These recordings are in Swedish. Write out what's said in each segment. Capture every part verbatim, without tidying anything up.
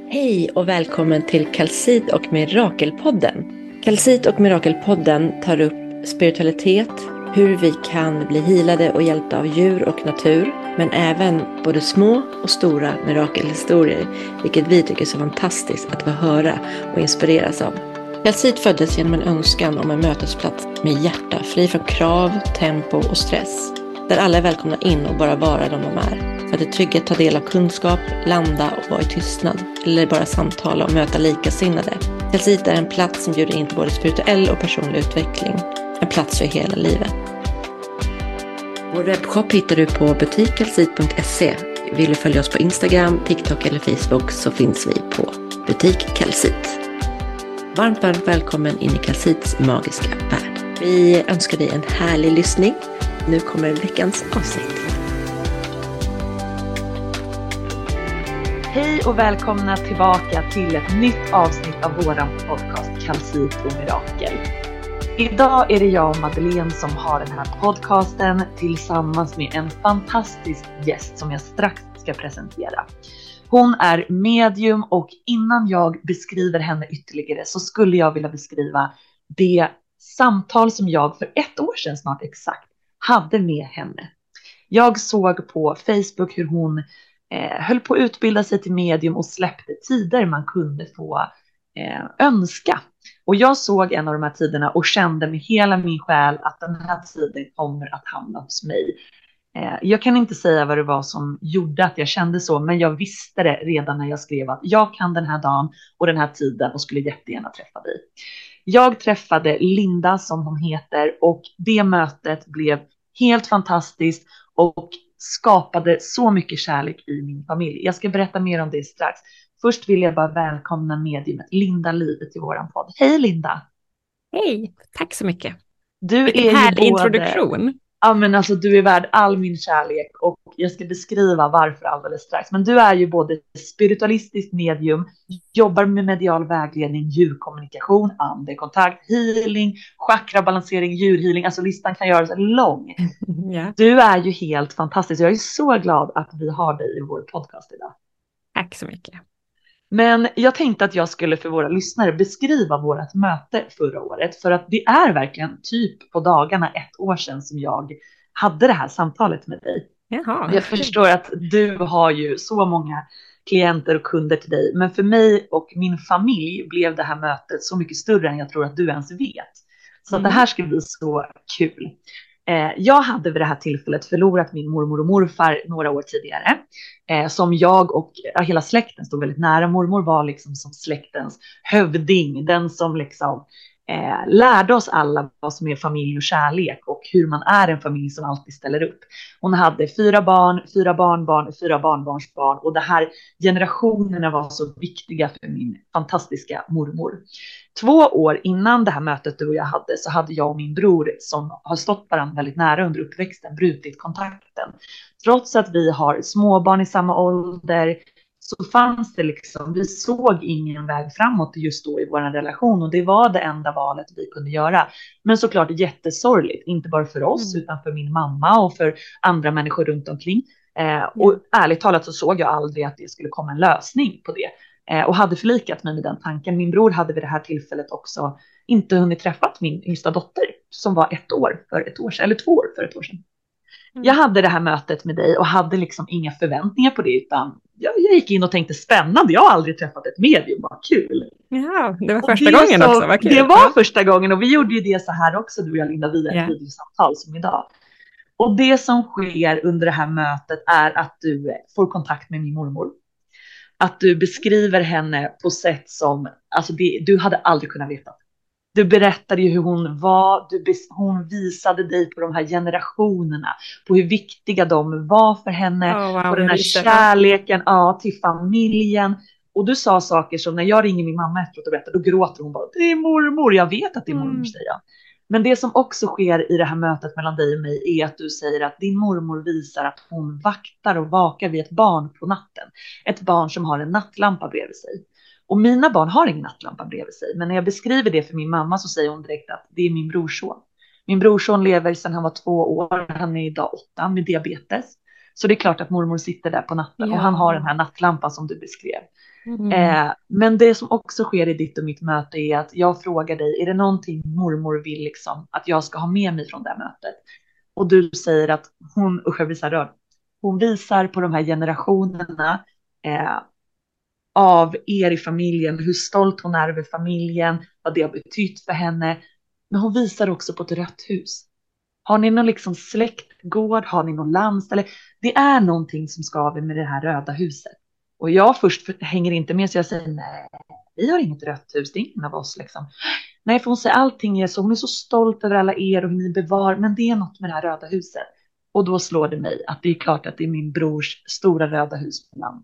Hej och välkommen till Kalsit och Mirakelpodden. Kalsit och Mirakelpodden tar upp spiritualitet, hur vi kan bli healade och hjälpta av djur och natur, men även både små och stora mirakelhistorier, vilket vi tycker är så fantastiskt att få höra och inspireras av. Kalsit föddes genom en önskan om en mötesplats med hjärta, fri från krav, tempo och stress, där alla är välkomna in och bara vara de de är. För att i trygghet ta del av kunskap, landa och vara i tystnad. Eller bara samtala och möta likasinnade. Kalsit är en plats som bjuder in till både spirituell och personlig utveckling. En plats för hela livet. Vår webbshop hittar du på butik kalsit punkt se. Vill du följa oss på Instagram, TikTok eller Facebook så finns vi på Butik Kalsit. Varmt, varmt välkommen in i Kalsits magiska värld. Vi önskar dig en härlig lyssning. Nu kommer veckans avsnitt. Hej och välkomna tillbaka till ett nytt avsnitt av våran podcast Kalsit och Mirakel. Idag är det jag och Madeleine som har den här podcasten tillsammans med en fantastisk gäst som jag strax ska presentera. Hon är medium och innan jag beskriver henne ytterligare så skulle jag vilja beskriva det samtal som jag för ett år sedan snart exakt hade med henne. Jag såg på Facebook hur hon eh, höll på att utbilda sig till medium och släppte tider man kunde få eh, önska. Och jag såg en av de här tiderna och kände med hela min själ att den här tiden kommer att hamna hos mig. Eh, jag kan inte säga vad det var som gjorde att jag kände så, men jag visste det redan när jag skrev att jag kan den här dagen och den här tiden och skulle jättegärna träffa dig. Jag träffade Linda som hon heter och det mötet blev helt fantastiskt och skapade så mycket kärlek i min familj. Jag ska berätta mer om det strax. Först vill jag bara välkomna mediumet Linda Livet till våran podd. Hej Linda! Hej, tack så mycket. Du Vilken är härlig både... introduktion. Ja men alltså du är värd all min kärlek och jag ska beskriva varför alldeles strax. Men du är ju både spiritualistisk medium, jobbar med medial vägledning, djurkommunikation, andekontakt, healing, chakrabalansering, djurhealing. Alltså listan kan göras lång. Ja. Du är ju helt fantastisk. Jag är så glad att vi har dig i vår podcast idag. Tack så mycket. Men jag tänkte att jag skulle för våra lyssnare beskriva vårt möte förra året. För att det är verkligen typ på dagarna ett år sedan som jag hade det här samtalet med dig. Jaha. Jag förstår att du har ju så många klienter och kunder till dig. Men för mig och min familj blev det här mötet så mycket större än jag tror att du ens vet. Så mm. att det här ska bli så kul. Jag hade vid det här tillfället förlorat min mormor och morfar några år tidigare. Som jag och hela släkten stod väldigt nära. Mormor var liksom som släktens hövding. Den som liksom eh, lärde oss alla vad som är familj och kärlek. Och hur man är en familj som alltid ställer upp. Hon hade fyra barn, fyra barnbarn, fyra barnbarnsbarn. Och det här generationerna var så viktiga för min fantastiska mormor. Två år innan det här mötet du och jag hade så hade jag och min bror som har stått varandra väldigt nära under uppväxten brutit kontakten. Trots att vi har småbarn i samma ålder så fanns det liksom, vi såg ingen väg framåt just då i vår relation och det var det enda valet vi kunde göra. Men såklart jättesorgligt, inte bara för oss mm. utan för min mamma och för andra människor runt omkring. Eh, och mm. ärligt talat så såg jag aldrig att det skulle komma en lösning på det. Och hade förlikat mig med den tanken. Min bror hade vid det här tillfället också inte hunnit träffa min yngsta dotter. Som var ett år för ett år sedan. Eller två år för ett år sedan. Mm. Jag hade det här mötet med dig och hade liksom inga förväntningar på det. Utan jag, jag gick in och tänkte spännande. Jag har aldrig träffat ett medium. Vad kul. Ja, det var första gången så, också. Vad kul. Det var ja. första gången. Och vi gjorde ju det så här också. Du och jag Linda via yeah. ett videosamtal som idag. Och det som sker under det här mötet är att du får kontakt med min mormor. Att du beskriver henne på sätt som alltså det, du hade aldrig kunnat veta. Du berättade ju hur hon var. Du, hon visade dig på de här generationerna. På hur viktiga de var för henne. Oh, wow, på den här kärleken ja, till familjen. Och du sa saker som när jag ringer min mamma efteråt och berättar. Då gråter hon bara. Det är mormor. Jag vet att det är mormor mm. säger jag. Men det som också sker i det här mötet mellan dig och mig är att du säger att din mormor visar att hon vaktar och vakar vid ett barn på natten. Ett barn som har en nattlampa bredvid sig. Och mina barn har ingen nattlampa bredvid sig. Men när jag beskriver det för min mamma så säger hon direkt att det är min brorson. Min brorson lever sedan han var två år. Han är idag åtta med diabetes. Så det är klart att mormor sitter där på natten Ja. och han har den här nattlampan som du beskrev. Mm. Eh, men det som också sker i ditt och mitt möte är att jag frågar dig, är det någonting mormor vill liksom att jag ska ha med mig från det här mötet? Och du säger att hon, usch jag blir så här rörd, hon visar på de här generationerna eh, av er i familjen, hur stolt hon är över familjen, vad det har betytt för henne. Men hon visar också på ett rött hus. Har ni någon liksom släktgård, har ni någon landställe? Det är någonting som skaver med det här röda huset. Och jag först hänger inte med så jag säger nej, vi har inget rött hus, det är ingen av oss liksom. Nej, för hon säger allting är så, hon är så stolt över alla er och hur ni bevar, men det är något med det här röda huset. Och då slår det mig att det är klart att det är min brors stora röda hus på land.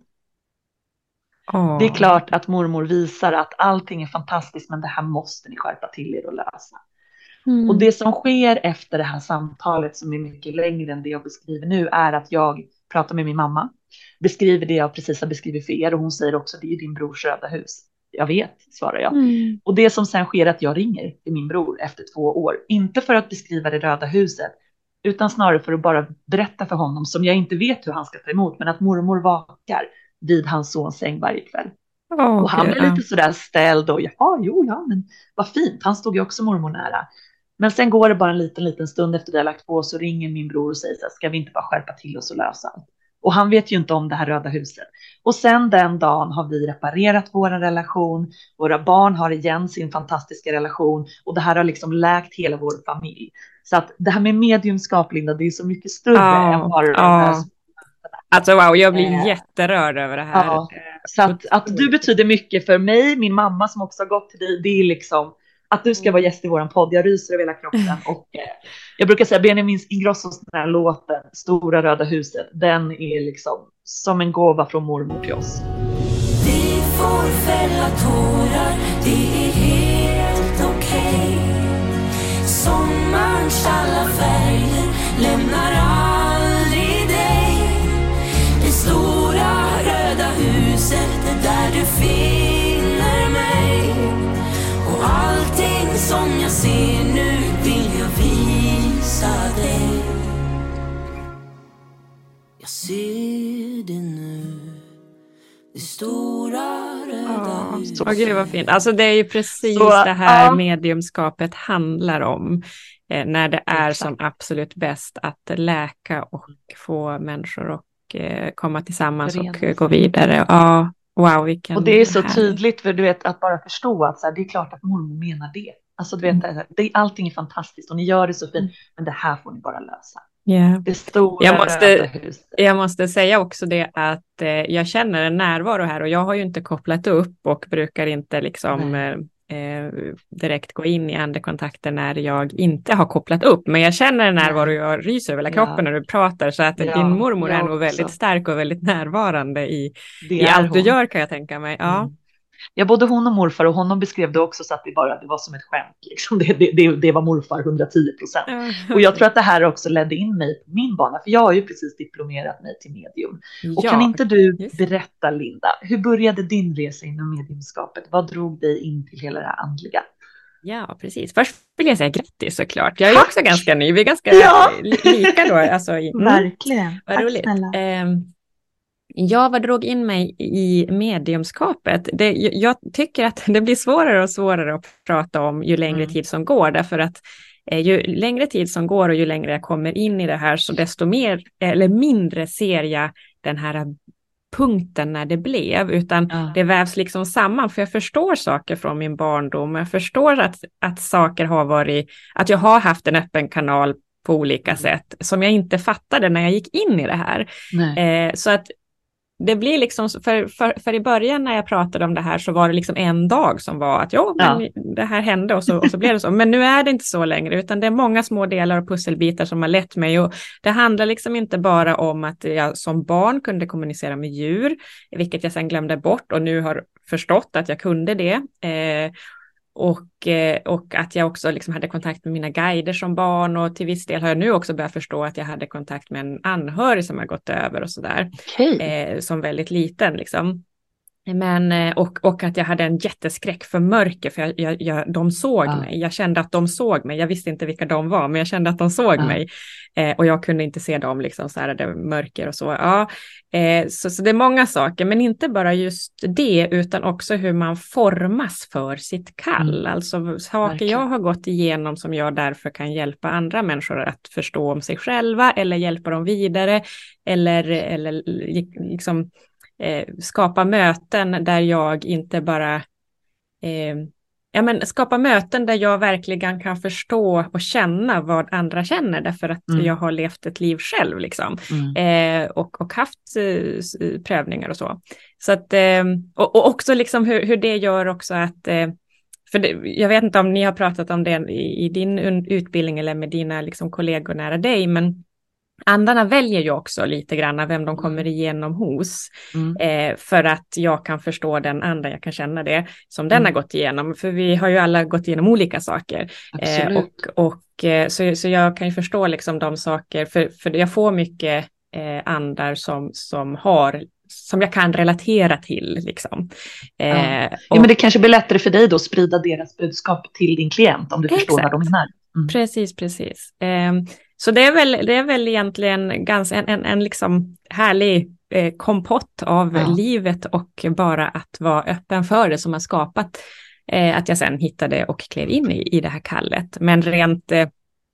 Oh. Det är klart att mormor visar att allting är fantastiskt, men det här måste ni skärpa till er och lösa. Mm. Och det som sker efter det här samtalet som är mycket längre än det jag beskriver nu är att jag pratar med min mamma, beskriver det jag precis har beskrivit för er och hon säger också det är din brors röda hus. Jag vet, svarar jag. Mm. Och det som sen sker är att jag ringer till min bror efter två år. Inte för att beskriva det röda huset, utan snarare för att bara berätta för honom som jag inte vet hur han ska ta emot, men att mormor vakar vid hans sons säng varje kväll. Oh, och han okay, blir lite sådär ställd och ja, jo, ja, men vad fint. Han stod ju också mormor nära. Men sen går det bara en liten, liten stund efter det jag lagt på så ringer min bror och säger så här, ska vi inte bara skärpa till oss och lösa allt? Och han vet ju inte om det här röda huset. Och sen den dagen har vi reparerat vår relation. Våra barn har igen sin fantastiska relation. Och det här har liksom läkt hela vår familj. Så att det här med mediumskap, Linda, det är så mycket större oh, än bara oh. de här. Alltså wow, jag blir äh, jätterörd över det här. Ja, så att, att du betyder mycket för mig, min mamma som också har gått till dig, det är liksom att du ska vara gäst i våran podd. Jag ryser över hela kroppen och eh, jag brukar säga Benjamin Ingrossos den här låten Stora röda huset, den är liksom som en gåva från mormor till oss. Vi får fälla tårar, det är helt okej. Sommarns alla färger lämnar aldrig dig. Det stora röda huset där du finner mig. Och allting som jag ser nu vill jag visa dig. Jag ser det nu. Det stora röda oh, huset. Åh gud vad fint. Alltså det är ju precis så, det här ja. mediumskapet handlar om. Eh, när det är Exakt. som absolut bäst att läka och få människor att eh, komma tillsammans Förenas. och gå vidare. Ja. Wow, vilken och det är så här. tydligt för du vet att bara förstå att så här, det är klart att mormor menar det. Alltså du vet mm. det, allting är fantastiskt och ni gör det så fint, mm. men det här får ni bara lösa. Yeah. Det stora jag måste jag måste säga också det att eh, jag känner en närvaro här och jag har ju inte kopplat upp och brukar inte liksom eh, direkt gå in i andekontakter när jag inte har kopplat upp, men jag känner en närvaro och jag ryser över hela kroppen ja. när du pratar, så att ja, din mormor är nog väldigt stark och väldigt närvarande i, i allt hon. du gör, kan jag tänka mig. Ja. Mm. Ja, både hon och morfar, och honom beskrev det också så att det bara det var som ett skämt. Liksom. Det, det, det, det var morfar hundratio procent. Mm. Och jag tror att det här också ledde in mig på min bana, för jag har ju precis diplomerat mig till medium. Och ja, kan inte du just. berätta, Linda, hur började din resa inom mediumskapet? Vad drog dig in till hela det här andliga? Ja, precis. Först vill jag säga grattis såklart. Jag är också ganska ny, vi är ganska ja. lika då. Alltså, mm. Verkligen, vad roligt. Um, Ja, vad drog in mig i mediumskapet? Det, jag tycker att det blir svårare och svårare att prata om ju längre mm. tid som går. Därför att eh, ju längre tid som går och ju längre jag kommer in i det här, så desto mer eller mindre ser jag den här punkten när det blev. Utan ja. det vävs liksom samman, för jag förstår saker från min barndom. Jag förstår att, att saker har varit, att jag har haft en öppen kanal på olika mm. sätt som jag inte fattade när jag gick in i det här. Eh, så att det blir liksom, för, för, för i början när jag pratade om det här så var det liksom en dag som var att jo, men ja. det här hände och så, och så blev det så. Men nu är det inte så längre, utan det är många små delar och pusselbitar som har lett mig. Och det handlar liksom inte bara om att jag som barn kunde kommunicera med djur, vilket jag sen glömde bort och nu har förstått att jag kunde det. Eh, Och, och att jag också liksom hade kontakt med mina guider som barn, och till viss del har jag nu också börjat förstå att jag hade kontakt med en anhörig som har gått över och sådär, okay. eh, som väldigt liten liksom. Men, och, och att jag hade en jätteskräck för mörker, för jag, jag, jag, de såg Ja. mig. Jag kände att de såg mig. Jag visste inte vilka de var, men jag kände att de såg Ja. mig. Eh, och jag kunde inte se dem, liksom, så här, det mörker och så. Ja, eh, så, så det är många saker, men inte bara just det, utan också hur man formas för sitt kall. Mm. Alltså saker Verkligen. jag har gått igenom som jag därför kan hjälpa andra människor att förstå om sig själva, eller hjälpa dem vidare, eller, eller liksom... Eh, skapa möten där jag inte bara eh, ja, men skapa möten där jag verkligen kan förstå och känna vad andra känner, därför att Mm. jag har levt ett liv själv liksom. Mm. eh, och, och haft eh, prövningar och så. Så att, eh, och, och också liksom hur, hur det gör också att eh, för det, jag vet inte om ni har pratat om det i, i din utbildning eller med dina liksom, kollegor nära dig, men andarna väljer ju också lite grann vem de kommer igenom hos. Mm. Eh, för att jag kan förstå den andra, jag kan känna det som den Mm. har gått igenom. För vi har ju alla gått igenom olika saker. Absolut. Eh, och, och, eh, så, så jag kan ju förstå liksom de saker, för, för jag får mycket eh, andar som, som har, som jag kan relatera till liksom. Eh, Ja. och, Ja, men det kanske blir lättare för dig då att sprida deras budskap till din klient, om du Exakt. förstår vad de menar. Mm. Precis, precis. Eh, så det är väl, det är väl egentligen ganska en, en, en liksom härlig eh, kompott av Ja. livet och bara att vara öppen för det som har skapat eh, att jag sen hittade och klev in i, i det här kallet. Men rent eh,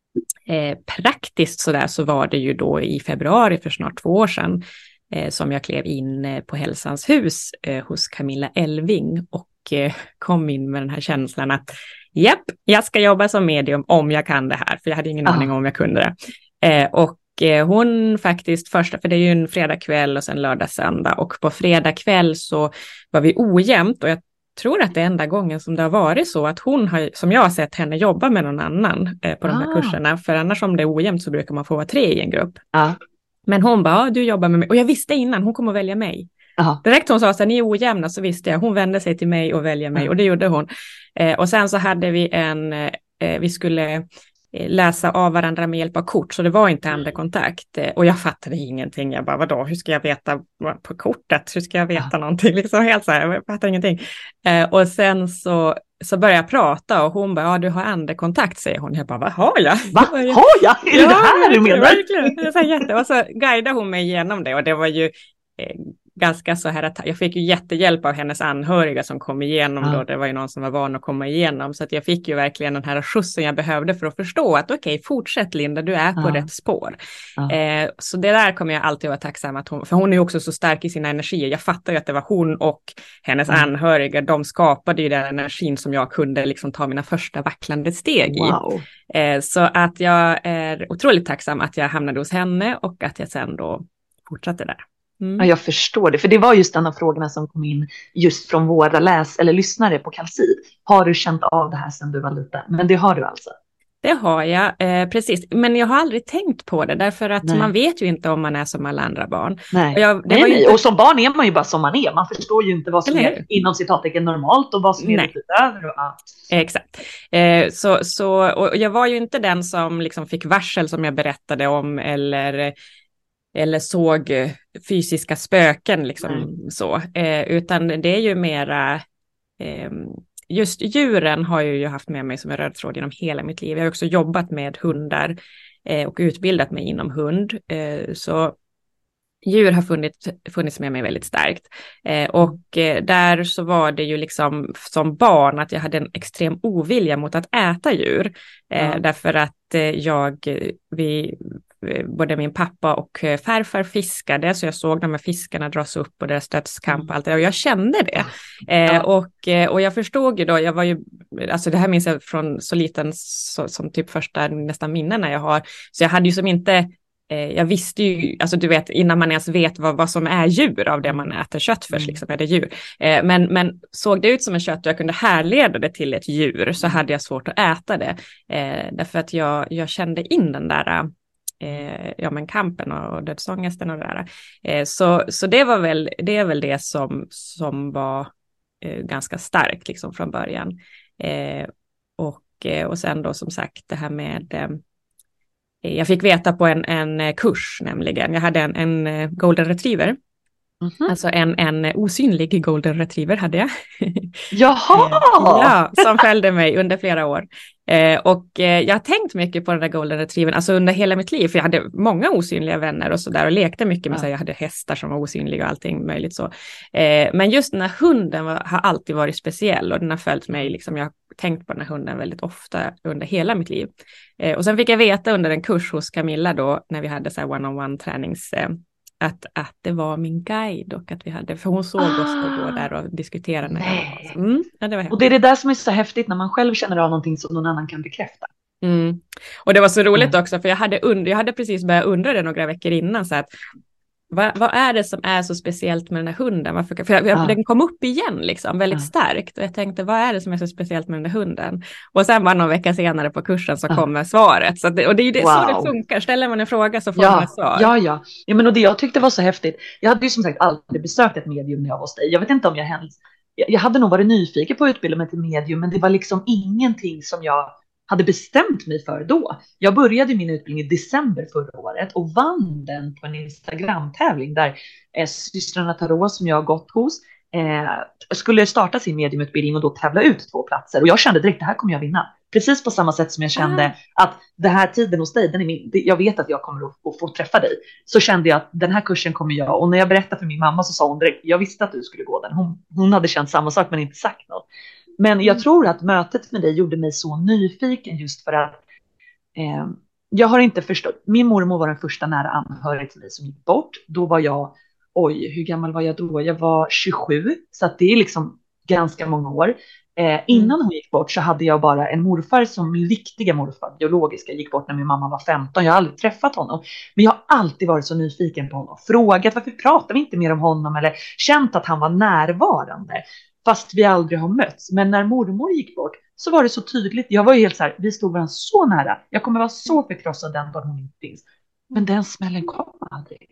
eh, praktiskt så där så var det ju då i februari för snart två år sedan eh, som jag klev in eh, på Hälsans hus eh, hos Camilla Elving och eh, kom in med den här känslan att japp, jag ska jobba som medium om jag kan det här. För jag hade ingen Ah. aning om jag kunde det. Eh, och eh, hon faktiskt första, för det är ju en fredagkväll och sen lördag, söndag. Och på fredagkväll så var vi ojämnt. Och jag tror att det är enda gången som det har varit så att hon har, som jag har sett henne jobba med någon annan eh, på de här Ah. kurserna. För annars om det är ojämnt så brukar man få vara tre i en grupp. Ja. Men hon bara, ja, du jobbar med mig. Och jag visste innan, hon kommer att välja mig. Ja. Direkt hon sa att ni är ojämna så visste jag. Hon vände sig till mig och väljer mig. Mm. Och det gjorde hon. Eh, och sen så hade vi en, eh, vi skulle eh, läsa av varandra med hjälp av kort. Så det var inte andekontakt. Eh, och jag fattade ingenting. Jag bara, vadå? Hur ska jag veta på kortet? Hur ska jag veta Ja. någonting? Liksom helt så här, jag fattar ingenting. Eh, och sen så, så började jag prata och hon bara, ja du har andekontakt, säger hon. Jag bara, vad har jag? Va? Har jag? Är det det här du menar? Verkligen. Det är så här jätte. Och så guidade hon mig igenom det. Och det var ju eh, ganska så här att jag fick ju jättehjälp av hennes anhöriga som kom igenom Ja. då. Det var ju någon som var van att komma igenom. Så att jag fick ju verkligen den här skjutsen jag behövde för att förstå att okej, okay, fortsätt Linda, du är på Ja. rätt spår. Ja. Eh, så det där kommer jag alltid vara tacksam att hon, för hon är ju också så stark i sina energier. Jag fattar ju att det var hon och hennes Mm. anhöriga, de skapade ju den energin som jag kunde liksom ta mina första vacklande steg i. Wow. Eh, så att jag är otroligt tacksam att jag hamnade hos henne och att jag sen då fortsatte där. Mm. Ja, jag förstår det, för det var just en av frågorna som kom in just från våra läs eller lyssnare på Kalsid. Har du känt av det här sedan du var liten? Men det har du alltså? Det har jag, eh, precis. Men jag har aldrig tänkt på det, därför att Nej. man vet ju inte om man är som alla andra barn. Nej. Och, jag, det nej, var ju nej. inte... Och som barn är man ju bara som man är. Man förstår ju inte vad som Eller är hur? inom citattecken normalt och vad som är Nej. lite utöver. Och, ja. Exakt. Eh, så, så, och jag var ju inte den som liksom fick varsel som jag berättade om eller, eller såg eh, fysiska spöken liksom Mm. så. Eh, utan det är ju mera... Eh, just djuren har jag ju haft med mig som en röd tråd genom hela mitt liv. Jag har också jobbat med hundar eh, och utbildat mig inom hund. Eh, så djur har funnits, funnits med mig väldigt starkt. Eh, och eh, där så var det ju liksom som barn att jag hade en extrem ovilja mot att äta djur. Eh, Ja. Därför att eh, jag, vi, både min pappa och eh, farfar fiskade, så jag såg de här fiskarna dras upp och deras dödskamp och allt det där, och jag kände det. Eh, Ja. och, eh, och jag förstod ju då, jag var ju, alltså det här minns jag från så liten så, som typ första nästan minnena jag har, så jag hade ju som inte jag visste ju, alltså du vet, innan man ens vet vad, vad som är djur av det man äter kött för, Mm. liksom är det djur. Eh, men, men såg det ut som en kött och jag kunde härleda det till ett djur, så hade jag svårt att äta det. Eh, därför att jag, jag kände in den där eh, ja, men kampen och, och dödsångesten och det där. Eh, så så det, var väl, det är väl det som, som var eh, ganska starkt liksom från början. Eh, och, eh, och sen då som sagt det här med... Eh, Jag fick veta på en, en kurs nämligen. Jag hade en, en golden retriever Mm-hmm. Alltså en, en osynlig golden retriever hade jag. Jaha! Ja, som följde mig under flera år. Eh, och eh, jag har tänkt mycket på den där golden retrievern, alltså under hela mitt liv, för jag hade många osynliga vänner och sådär och lekte mycket med, ja. Så jag hade hästar som var osynliga och allting möjligt så. Eh, men just den här hunden var, har alltid varit speciell och den har följt mig, liksom, jag har tänkt på den här hunden väldigt ofta under hela mitt liv. Eh, och sen fick jag veta under en kurs hos Camilla då, när vi hade så här one-on-one tränings, eh, Att, att det var min guide och att vi hade, för hon såg ah, oss då gå där och diskutera. Nej. Mm, ja, det var och det är det där som är så häftigt när man själv känner av någonting som någon annan kan bekräfta. Mm. Och det var så roligt mm. också, för jag hade, und- jag hade precis börjat undra det några veckor innan, så att vad, vad är det som är så speciellt med den här hunden? Varför, för jag, jag, ah. den kom upp igen liksom, väldigt ah. starkt. Och jag tänkte, vad är det som är så speciellt med den här hunden? Och sen bara någon vecka senare på kursen så ah. kommer svaret. Så det, och det är ju det, wow. så det funkar. Ställer man en fråga så får ja, man ett svar. Ja, ja. ja men och det jag tyckte var så häftigt. Jag hade ju som sagt aldrig besökt ett medium när jag var hos dig. Jag vet inte om jag helst... Jag, jag hade nog varit nyfiken på att utbilda mig till medium, men det var liksom ingenting som jag hade bestämt mig för då. Jag började min utbildning i december förra året och vann den på en Instagram-tävling där eh, systrarna Tarot som jag har gått hos eh, skulle starta sin mediumutbildning och då tävla ut två platser. Och jag kände direkt, det här kommer jag vinna. Precis på samma sätt som jag kände mm. att det här tiden hos dig, den är min, jag vet att jag kommer att, att få träffa dig. Så kände jag att den här kursen kommer jag. Och när jag berättade för min mamma så sa hon direkt, jag visste att du skulle gå den. Hon, hon hade känt samma sak men inte sagt något. Men jag tror att mötet med dig gjorde mig så nyfiken just för att eh, jag har inte förstått. Min mormor var den första nära anhörig till mig som gick bort. Då var jag, oj, hur gammal var jag då? Jag var tjugosju, så att det är liksom ganska många år. Eh, innan hon gick bort så hade jag bara en morfar som min riktiga morfar, biologiska, gick bort när min mamma var femton. Jag har aldrig träffat honom. Men jag har alltid varit så nyfiken på honom. Frågat varför pratar vi inte mer om honom eller känt att han var närvarande. Fast vi aldrig har mötts. Men när mormor gick bort så var det så tydligt. Jag var ju helt så här, vi stod varandra så nära. Jag kommer vara så förkrossad den dagen hon inte finns. Men den smällen kom aldrig.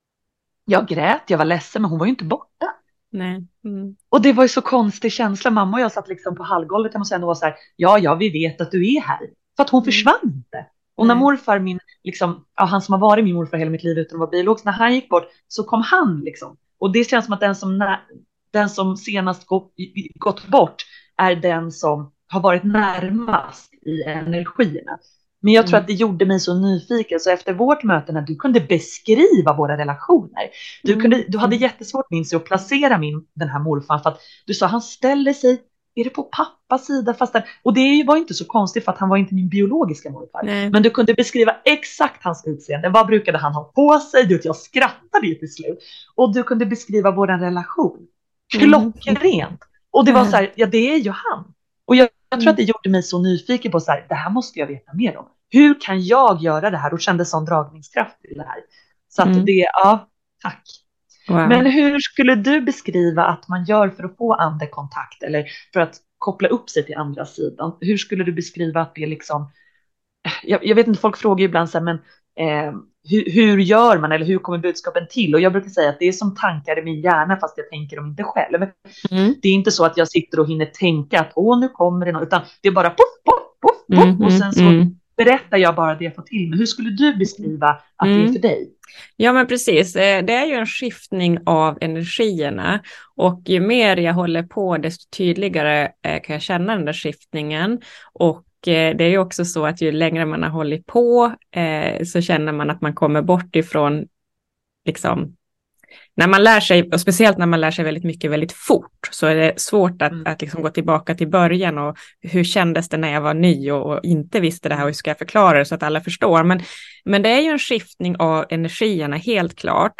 Jag grät, jag var ledsen, men hon var ju inte borta. Nej. Mm. Och det var ju så konstig känsla. Mamma och jag satt liksom på hallgolvet och sen var så här, ja, ja, vi vet att du är här. För att hon mm. försvann inte. Och när morfar, min, liksom, ja, han som har varit min morfar hela mitt liv utan att vara biologisk, när han gick bort så kom han liksom. Och det känns som att den som, när, den som senast gått, gått bort är den som har varit närmast i energierna. Men jag tror mm. att det gjorde mig så nyfiken. Så efter vårt möte när du kunde beskriva våra relationer. Du, mm. kunde, du hade jättesvårt minst att placera min, den här morfar. För att du sa han ställer sig, är det på pappas sida? Fast den, och det var inte så konstigt för att han var inte min biologiska morfar. Nej. Men du kunde beskriva exakt hans utseende. Vad brukade han ha på sig? Du, jag skrattade ju till slut. Och du kunde beskriva vår relation. Klockrent. Mm. Och det var så här, ja det är ju han. Och jag, jag tror mm. att det gjorde mig så nyfiken på så här, det här måste jag veta mer om. Hur kan jag göra det här? Och kände sån dragningskraft till det här. Så att mm. det, ja, tack. Wow. Men hur skulle du beskriva att man gör för att få andekontakt eller för att koppla upp sig till andra sidan? Hur skulle du beskriva att det är liksom, jag, jag vet inte, folk frågar ju ibland så här, men eh, hur, hur gör man eller hur kommer budskapen till? Och jag brukar säga att det är som tankar i min hjärna fast jag tänker dem inte själv. Mm. Det är inte så att jag sitter och hinner tänka att åh nu kommer det något, utan det är bara poff, poff, poff, poff mm, och sen så mm. berättar jag bara det jag får till mig. Hur skulle du beskriva att mm. det är för dig? Ja men precis, det är ju en skiftning av energierna och ju mer jag håller på desto tydligare kan jag känna den där skiftningen. Och det är ju också så att ju längre man har hållit på så känner man att man kommer bort ifrån liksom, när man lär sig, och speciellt när man lär sig väldigt mycket väldigt fort, så är det svårt att, mm. att liksom gå tillbaka till början och hur kändes det när jag var ny och, och inte visste det här och hur ska jag förklara det så att alla förstår. Men, men det är ju en skiftning av energierna helt klart.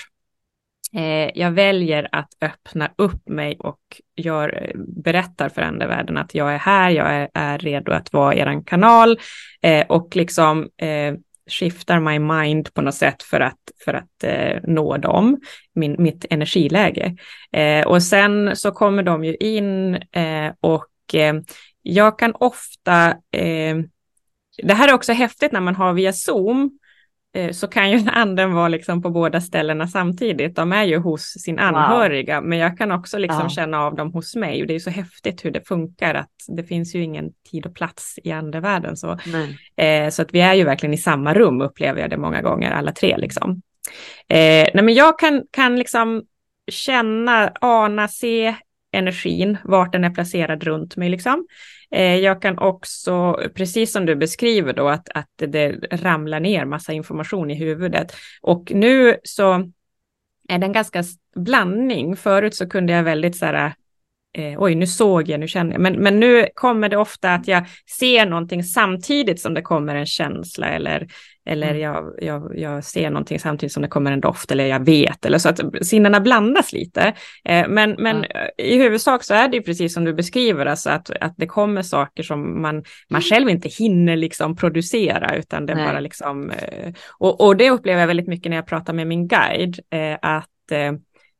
Eh, jag väljer att öppna upp mig och gör, berättar för andevärlden att jag är här, jag är, är redo att vara er kanal eh, och liksom eh, skiftar my mind på något sätt för att, för att eh, nå dem, min, mitt energiläge. Eh, och sen så kommer de ju in eh, och eh, jag kan ofta, eh, det här är också häftigt när man har via Zoom, eh, så kan ju anden vara liksom på båda ställena samtidigt. De är ju hos sin anhöriga, wow. men jag kan också liksom ja. känna av dem hos mig. Och det är ju så häftigt hur det funkar, att det finns ju ingen tid och plats i andevärlden. Så, eh, så att vi är ju verkligen i samma rum, upplever jag det många gånger, alla tre liksom. Eh, nej men jag kan, kan liksom känna, ana, se energin, vart den är placerad runt mig liksom. Eh, jag kan också, precis som du beskriver då, att, att det ramlar ner massa information i huvudet. Och nu så är det en ganska blandning. Förut så kunde jag väldigt så här, eh, oj nu såg jag, nu känner jag. Men, men nu kommer det ofta att jag ser någonting samtidigt som det kommer en känsla, eller Eller jag, jag, jag ser någonting samtidigt som det kommer en doft, eller jag vet. Eller så att sinnena blandas lite. Eh, men men ja. I huvudsak så är det precis som du beskriver. Alltså att, att det kommer saker som man, man själv inte hinner liksom producera. Utan det är bara liksom... Eh, och, och det upplever jag väldigt mycket när jag pratar med min guide. Eh, att... Eh,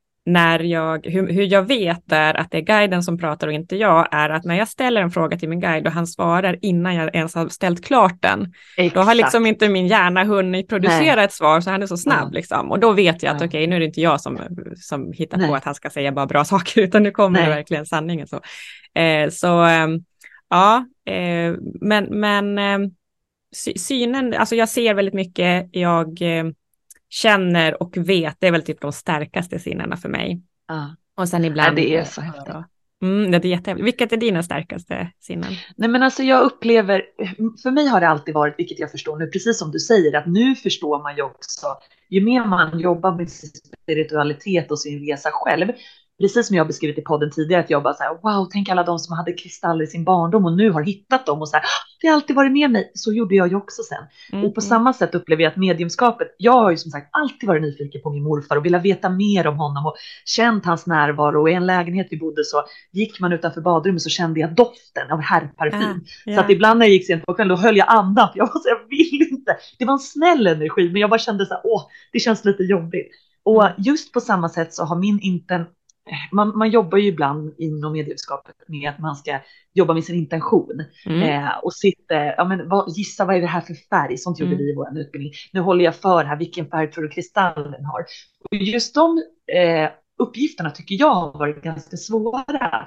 När jag, hur, hur jag vet är att det är guiden som pratar och inte jag, är att när jag ställer en fråga till min guide och han svarar innan jag ens har ställt klart den, Exakt. Då har liksom inte min hjärna hunnit producera Nej. Ett svar, så han är så snabb ja. Liksom. Och då vet jag att ja. okej, okay, nu är det inte jag som, som hittar Nej. På att han ska säga bara bra saker, utan nu kommer Nej. Det verkligen sanningen. Så, eh, så eh, ja, eh, men, men eh, sy- synen, alltså jag ser väldigt mycket, jag... Eh, känner och vet, det är väl typ de starkaste sinnena för mig. Ah. Och sen ibland... Ja, det är så häftigt. Mm, det är jättehäftigt. Vilket är dina starkaste sinnen? Nej men alltså jag upplever, för mig har det alltid varit, vilket jag förstår nu, precis som du säger, att nu förstår man ju också, ju mer man jobbar med sin spiritualitet och sin resa själv, precis som jag beskrivit i podden tidigare, att jag bara så här, wow, tänk alla de som hade kristaller i sin barndom och nu har hittat dem och så här, det har alltid varit med mig. Så gjorde jag ju också sen. Mm, och på mm. samma sätt upplever jag att mediumskapet, jag har ju som sagt alltid varit nyfiken på min morfar och ville veta mer om honom och känt hans närvaro. Och i en lägenhet vi bodde så gick man utanför badrummet så kände jag doften av herrparfym. Ah, yeah. Så att ibland när jag gick sent på kvällen då höll jag andan, för jag var så jag vill inte. Det var en snäll energi, men jag bara kände så här, åh, det känns lite jobbigt. Och just på samma sätt så har min inten Man, man jobbar ju ibland inom mediumskapet med att man ska jobba med sin intention. Mm. Eh, och sitta, ja men vad, gissa vad är det här för färg, sånt gjorde mm. vi i vår utbildning. Nu håller jag för här, vilken färg tror du kristallen har? Och just de eh, uppgifterna tycker jag har varit ganska svåra.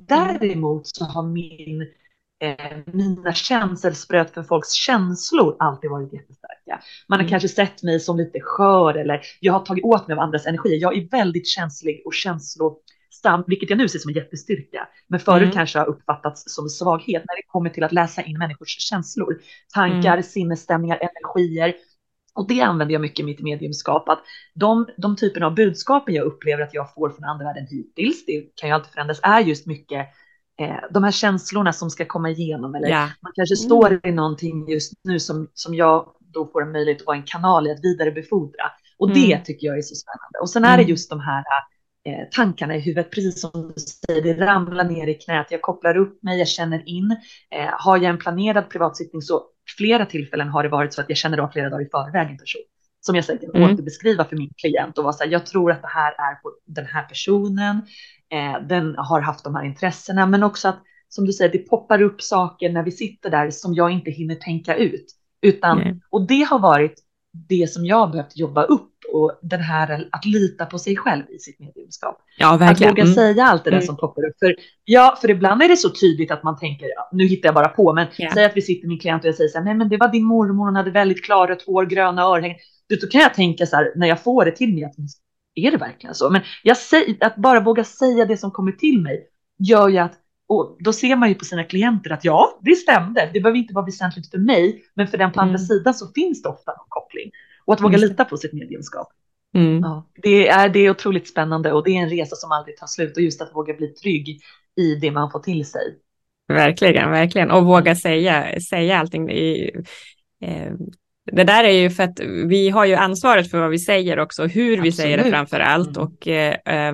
Däremot så har min Eh, mina känselspröt för folks känslor alltid varit jättestarka. Man har mm. kanske sett mig som lite skör, eller jag har tagit åt mig av andras energi. Jag är väldigt känslig och känslosam, vilket jag nu ser som en jättestyrka. Men förut mm. kanske har uppfattats som svaghet när det kommer till att läsa in människors känslor, tankar, mm. sinnesstämningar, energier. Och det använder jag mycket i mitt mediumskap. Att de, de typen av budskapen jag upplever att jag får från andra världen hittills, det kan ju alltid förändras, är just mycket Eh, de här känslorna som ska komma igenom, eller yeah. man kanske mm. står i någonting just nu som, som jag då får en möjlighet att vara en kanal i att vidarebefordra, och mm. det tycker jag är så spännande. Och sen är det just de här eh, tankarna i huvudet, precis som du säger, det ramlar ner i knät, jag kopplar upp mig, jag känner in, eh, har jag en planerad privatsittning så flera tillfällen har det varit så att jag känner av flera dagar i förväg en person som jag säger, mm. återbeskriva för min klient och vara så här, jag tror att det här är på den här personen. Eh, den har haft de här intressena, men också att, som du säger, det poppar upp saker när vi sitter där som jag inte hinner tänka ut. Utan, mm. och det har varit det som jag har behövt jobba upp, och den här att lita på sig själv i sitt mediumskap. Ja, verkligen. Att våga mm. säga allt det där mm. som poppar upp. För, ja, för ibland är det så tydligt att man tänker, ja, nu hittar jag bara på, men yeah. säg att vi sitter med min klient och jag säger så här, nej men det var din mormor, hon hade väldigt klarrött hår, gröna örhängen. Då kan jag tänka så här, när jag får det till mig, att är det verkligen så? Men jag säger, att bara våga säga det som kommer till mig gör ju att, och då ser man ju på sina klienter att ja, det stämde. Det behöver inte vara väsentligt för mig, men för den på mm. andra sidan så finns det ofta en koppling. Och att våga mm. lita på sitt mediumskap. Mm. Ja, det, är, det är otroligt spännande, och det är en resa som aldrig tar slut. Och just att våga bli trygg i det man får till sig. Verkligen, verkligen. Och våga säga, säga allting i... Eh, Det där är ju för att vi har ju ansvaret för vad vi säger också, hur Absolut. Vi säger det framför allt. Mm. Och, eh,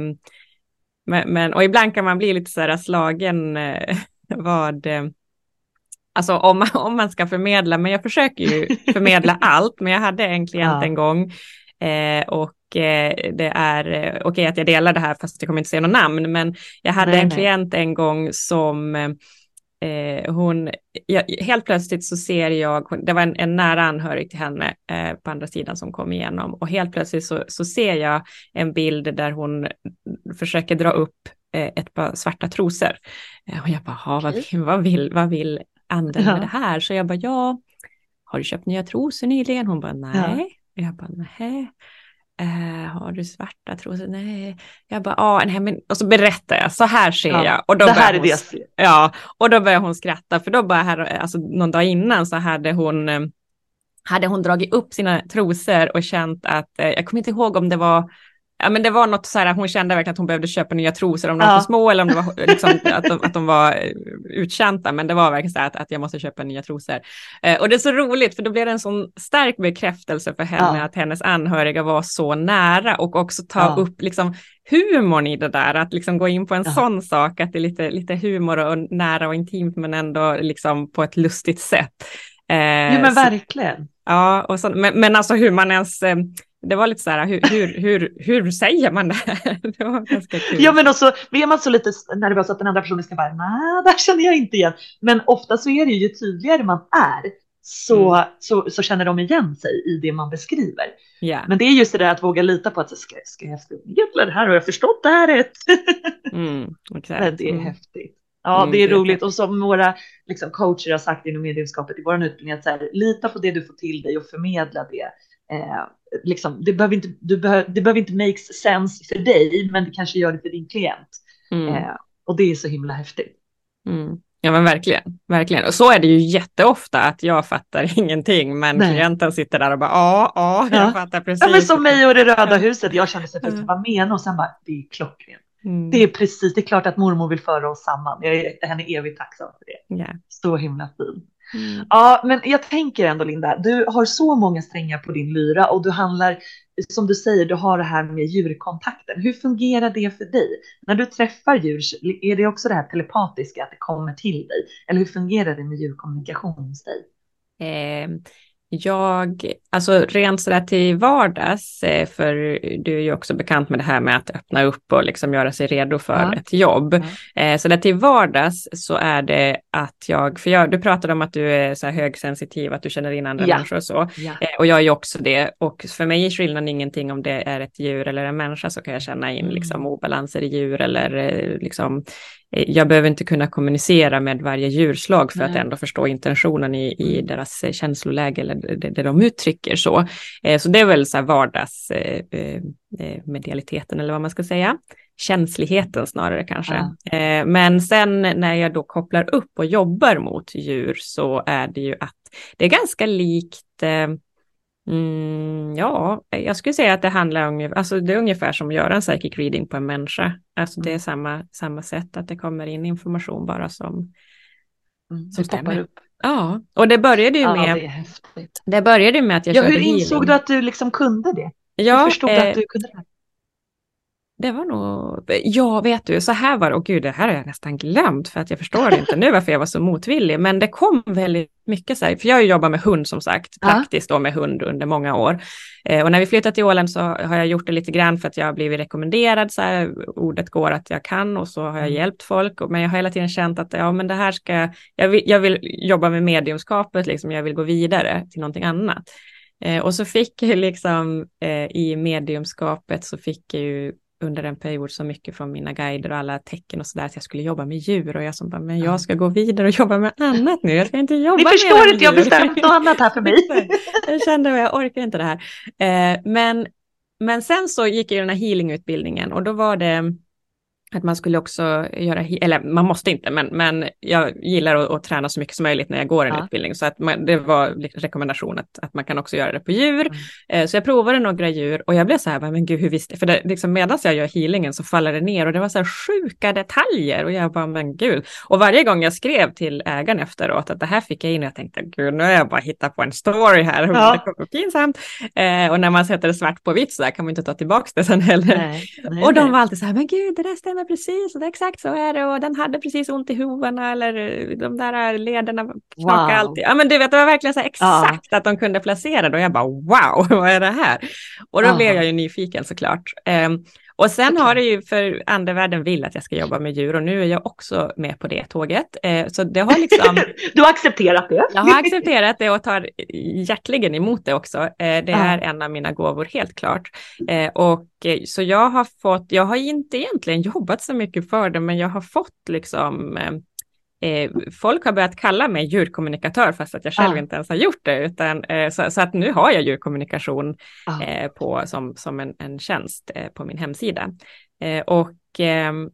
men, men, och ibland kan man bli lite så här slagen eh, vad, eh, alltså om man, om man ska förmedla, men jag försöker ju förmedla allt. Men jag hade en klient ja. en gång eh, och eh, det är okej okay att jag delar det här fast jag kommer inte säga något namn, men jag hade nej, en nej. klient en gång som eh, Eh, hon, ja, helt plötsligt så ser jag, det var en, en nära anhörig till henne eh, på andra sidan som kom igenom, och helt plötsligt så, så ser jag en bild där hon försöker dra upp eh, ett par svarta trosor. Eh, och jag bara, vad vill, vad vill, vad vill anden med det här? Så jag bara, ja, har du köpt nya trosor nyligen? Hon bara, nej. Ja. Jag bara, nej. eh, har du svarta trosor? Nej. Jag bara, ah, nej, men... Och så berättar jag, så här ser Ja, jag. Och då det här är hon... det jag ser. Ja, och då började hon skratta. För då bara, här, alltså någon dag innan så hade hon... hade hon dragit upp sina trosor och känt att, eh, jag kommer inte ihåg om det var, ja men det var något så här, hon kände verkligen att hon behövde köpa nya trosor, om de var Ja. för små eller om det var liksom, att, de, att de var uttjänta, men det var verkligen så här att, att jag måste köpa nya trosor. Eh, och det är så roligt, för då blev det en sån stark bekräftelse för henne, Ja. att hennes anhöriga var så nära, och också ta Ja. upp liksom humorn i det där, att liksom gå in på en Ja. sån sak, att det är lite, lite humor och nära och intimt, men ändå liksom på ett lustigt sätt. Eh, Jo men så- verkligen. Ja, och så, men, men alltså hur man ens, eh, det var lite så här, hur, hur, hur, hur säger man det här? Det var ganska kul. Ja men också blir man så lite nervös att den andra personen ska bara, nej, där känner jag inte igen. Men ofta så är det ju tydligare man är, så, Mm. så, så känner de igen sig i det man beskriver. Ja. Men det är just det där att våga lita på att så ska, ska jag förmedla det här, och jag har förstått det här rätt. Mm, exakt. Nej, det är Mm. häftigt. Ja, Mm, det är det är roligt. Och som våra liksom, coacher har sagt inom mediumskapet i vår utbildning, att så här, lita på det du får till dig och förmedla det. Eh, liksom, det, behöver inte, du behöver, det behöver inte make sense för dig, men det kanske gör det för din klient. Mm. Eh, och det är så himla häftigt. Mm. Ja men verkligen, verkligen. Och så är det ju jätteofta, att jag fattar ingenting, men Nej. klienten sitter där och bara, ja, ja, jag Ja. fattar precis. Ja, men som mig och det röda Ja. huset. Jag kände sig först, Ja. vad menar, och sen bara, det är klockrent. Mm. Det är precis, det är klart att mormor vill föra oss samman. Jag är henne evigt tacksam för det. Ja. Så himla fin. Mm. Ja, men jag tänker ändå, Linda, du har så många strängar på din lyra, och du handlar, som du säger, du har det här med djurkontakten. Hur fungerar det för dig? När du träffar djur, är det också det här telepatiska, att det kommer till dig? Eller hur fungerar det med djurkommunikation hos dig? Eh, jag, alltså rent sådär till vardags, eh, för du är ju också bekant med det här med att öppna upp och liksom göra sig redo för Ja. ett jobb. Ja. Eh, så där till vardags så är det att jag, för jag, du pratade om att du är så här högsensitiv, att du känner in andra Ja. människor och så. Ja. Eh, och jag är ju också det, och för mig är skillnaden ingenting om det är ett djur eller en människa, så kan jag känna in Mm. liksom obalanser i djur, eller eh, liksom, eh, jag behöver inte kunna kommunicera med varje djurslag för Nej. att ändå förstå intentionen i, i Mm. deras eh, känsloläge, eller det, det de uttrycker så. Eh, så det är väl så här vardags eh, eh, medialiteten, eller vad man ska säga. Känsligheten snarare kanske. Ja. Eh, men sen när jag då kopplar upp och jobbar mot djur, så är det ju att det är ganska likt, eh, mm, ja, jag skulle säga att det handlar om, alltså det är ungefär som att göra en psychic reading på en människa. Alltså det är samma, samma sätt, att det kommer in information bara som, Mm. som Det poppar stämmer. upp. Ja, och det började ju Ja, med, det är häftigt. det började med att jag Ja, körde hur healing. insåg du att du liksom kunde det? Ja, Hur förstod du eh, att du kunde det? det var nog, ja vet du, så här var det, och gud det här har jag nästan glömt, för att jag förstår inte nu varför jag var så motvillig, men det kom väldigt mycket så här, för jag har ju jobbat med hund som sagt, Ja. praktiskt då med hund under många år, eh, och när vi flyttade till Åland så har jag gjort det lite grann för att jag har blivit rekommenderad, så här, ordet går att jag kan, och så har jag Mm. hjälpt folk, och, men jag har hela tiden känt att ja men det här ska, jag vill, jag vill jobba med mediumskapet liksom, jag vill gå vidare till någonting annat. Eh, och så fick jag liksom eh, i mediumskapet så fick jag ju under en period så mycket från mina guider och alla tecken och sådär, att jag skulle jobba med djur, och jag som bara, men jag ska gå vidare och jobba med annat nu, jag ska inte jobba Ni mer förstår med inte, jag har djur. bestämt något annat här för mig. Jag kände att jag orkar inte det här. Eh, men, men sen så gick jag den här healingutbildningen, och då var det att man skulle också göra, eller man måste inte, men, men jag gillar att, att träna så mycket som möjligt när jag går en Ja. utbildning, så att man, det var rekommendation att, att man kan också göra det på djur. Mm. Eh, så jag provade några djur, och jag blev så här, men gud hur visste, för det, liksom, medan jag gör healingen så faller det ner, och det var så här sjuka detaljer, och jag bara, men gud. Och varje gång jag skrev till ägaren efteråt att det här fick jag in, och jag tänkte, gud nu har jag bara hittat på en story här, Ja. det kommer bli pinsamt. Eh, och när man sätter det svart på vitt så där kan man inte ta tillbaka det sen heller. Nej, nej, Och de nej. var alltid så här, men gud det där stämmer precis, och det är exakt så är det, och den hade precis ont i huvarna, eller de där lederna knakade Wow. alltid. Ja men du vet, det var verkligen så här exakt att de kunde placera det, och jag bara wow, vad är det här? Och då Ja. blev jag ju nyfiken såklart. Um, och sen Såklart. har det ju, för andevärlden vill att jag ska jobba med djur, och nu är jag också med på det tåget. Uh, så det har liksom... Du har accepterat det. Jag har accepterat det och tar hjärtligen emot det också. Det är Ja. en av mina gåvor, helt klart. Och så jag har fått, jag har inte egentligen jobbat så mycket för det, men jag har fått liksom eh, folk har börjat kalla mig djurkommunikatör fast att jag själv Ah. inte ens har gjort det. Utan, eh, så, så att nu har jag djurkommunikation Ah. eh, på, som, som en, en tjänst eh, på min hemsida. Eh, och ehm,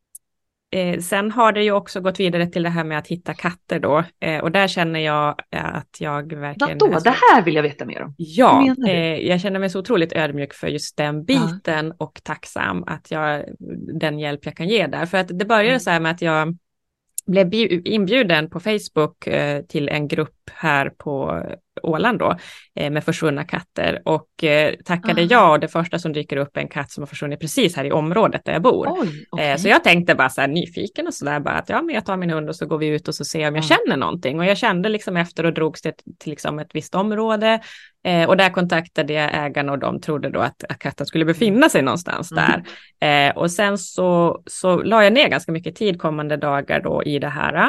Eh, sen har det ju också gått vidare till det här med att hitta katter då. Eh, och där känner jag eh, att jag verkligen... Vadå? är så- Det här vill jag veta mer om. Ja, Hur menar du? eh, jag känner mig så otroligt ödmjuk för just den biten och tacksam att jag, den hjälp jag kan ge där. För att det började Mm. så här med att jag blev bju- inbjuden på Facebook eh, till en grupp här på Åland då, eh, med försvunna katter och eh, tackade Ah. ja, och det första som dyker upp är en katt som har försvunnit precis här i området där jag bor. Oj, okej. Eh, Så jag tänkte bara så här nyfiken och sådär bara att ja, men jag tar min hund och så går vi ut och så ser jag om jag Ja. känner någonting. Och jag kände liksom efter och drogs det till liksom ett visst område. Eh, och där kontaktade jag ägarna och de trodde då att, att katten skulle befinna sig någonstans Mm. där. Eh, och sen så, så la jag ner ganska mycket tid kommande dagar då i det här.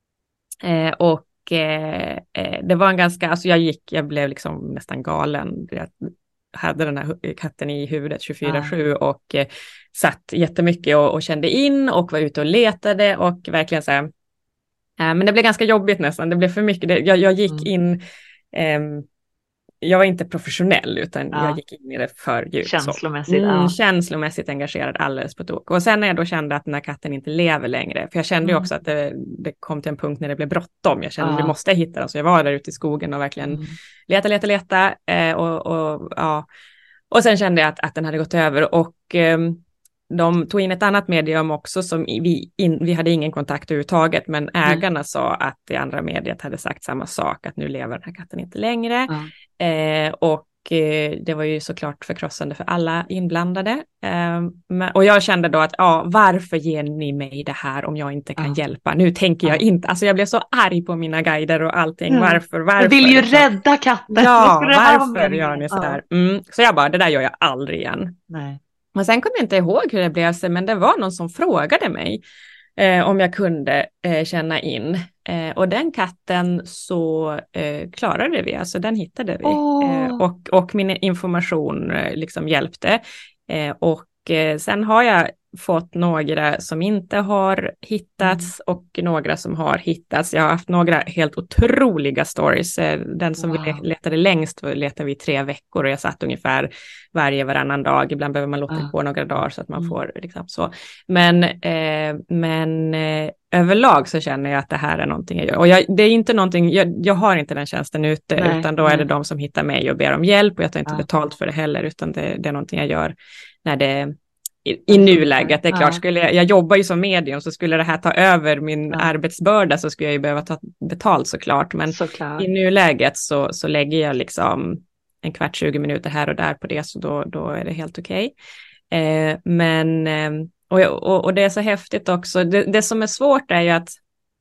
Eh, och eh, eh, det var en ganska, alltså jag gick, jag blev liksom nästan galen. Jag hade den här hu- katten i huvudet tjugofyra sju och eh, satt jättemycket och, och kände in och var ute och letade och verkligen så här, eh, men det blev ganska jobbigt nästan, det blev för mycket, det, jag, jag gick Mm. in, ehm, jag var inte professionell utan Ja. jag gick in i det för djupt. så. Känslomässigt. Mm, Ja. känslomässigt engagerad alldeles på tok. Och sen när jag då kände att den här katten inte lever längre, för jag kände ju Mm. också att det, det kom till en punkt när det blev bråttom. Jag kände att Ja. vi måste hitta den, så jag var där ute i skogen och verkligen Mm. leta, leta, leta. Eh, och, och, ja. och sen kände jag att, att den hade gått över och ehm, de tog in ett annat medium också som vi, in, vi hade ingen kontakt överhuvudtaget, men ägarna sa att det andra mediet hade sagt samma sak, att nu lever den här katten inte längre. Ja. Eh, och eh, det var ju såklart förkrossande för alla inblandade. Eh, men, och jag kände då att, ja, varför ger ni mig det här om jag inte kan Ja. hjälpa? Nu tänker jag Ja. inte, alltså jag blev så arg på mina guider och allting. Ja. Varför, varför? Jag vill ju liksom? rädda katten. Vad Ja, skulle det här vara varför meningen? gör ni Ja. sådär? Mm, så jag bara, det där gör jag aldrig igen. Nej. Och sen kommer jag inte ihåg hur det blev, men det var någon som frågade mig eh, om jag kunde eh, känna in. Eh, och den katten så eh, klarade vi, alltså den hittade vi. Åh. Eh, och, och min information eh, liksom hjälpte. Eh, och eh, sen har jag fått några som inte har hittats Mm. och några som har hittats. Jag har haft några helt otroliga stories. Eh, Den som Wow. vi letade längst letade vi i tre veckor och jag satt ungefär varje varannan dag. Ibland behöver man låta det Ah. gå några dagar så att man Mm. får liksom så. Men, eh, men eh, överlag så känner jag att det här är någonting jag gör. Och jag, det är inte någonting, jag, jag har inte den tjänsten ute, Nej, utan då är det nej. de som hittar mig och ber om hjälp och jag tar inte Ah. betalt för det heller, utan det, det är någonting jag gör när det i, i nuläget. Det är klart, Ja. skulle jag, jag jobbar ju som medium, så skulle det här ta över min Ja. arbetsbörda så skulle jag ju behöva ta betalt såklart. Men Såklart. i nuläget så, så lägger jag liksom en kvart, tjugo minuter här och där på det, så då, då är det helt okej. Eh, men, eh, och, och, och det är så häftigt också. Det, det som är svårt är ju att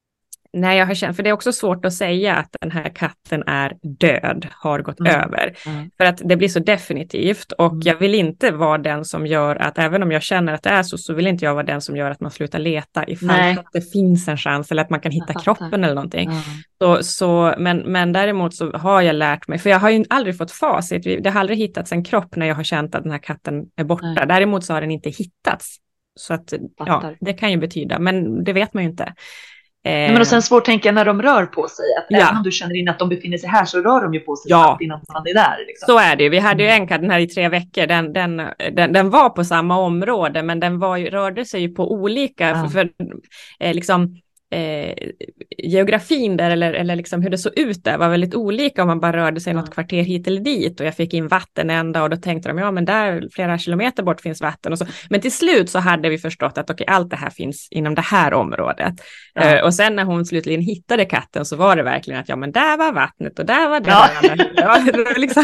när jag har känt, för det är också svårt att säga att den här katten är död, har gått Mm. över. Mm. För att det blir så definitivt och Mm. jag vill inte vara den som gör att, även om jag känner att det är så, så vill inte jag vara den som gör att man slutar leta ifall Nej. att det finns en chans eller att man kan hitta fattar. kroppen eller någonting. Ja. Så, så, men, men däremot så har jag lärt mig, för jag har ju aldrig fått facit, Vi- det har aldrig hittats en kropp när jag har känt att den här katten är borta. Nej. Däremot så har den inte hittats. Så att, ja, Fattar. det kan ju betyda, men det vet man ju inte. Nej, men och sen svårt att tänka när de rör på sig. Att Ja. även om du känner in att de befinner sig här så rör de ju på sig Ja. snabbt innan man är där. Liksom. Så är det ju. Vi hade ju en katt, den här i tre veckor, den, den, den, den var på samma område, men den var ju, rörde sig ju på olika, Ja. för, för eh, liksom eh, geografin där, eller, eller liksom hur det såg ut där var väldigt olika om man bara rörde sig Ja. något kvarter hit eller dit, och jag fick in vatten ända och då tänkte de, ja men där flera kilometer bort finns vatten och så. Men till slut så hade vi förstått att okej, allt det här finns inom det här området. Ja. Eh, och sen när hon slutligen hittade katten så var det verkligen att ja men där var vattnet och där var det. Ja. Där. Ja, det var liksom...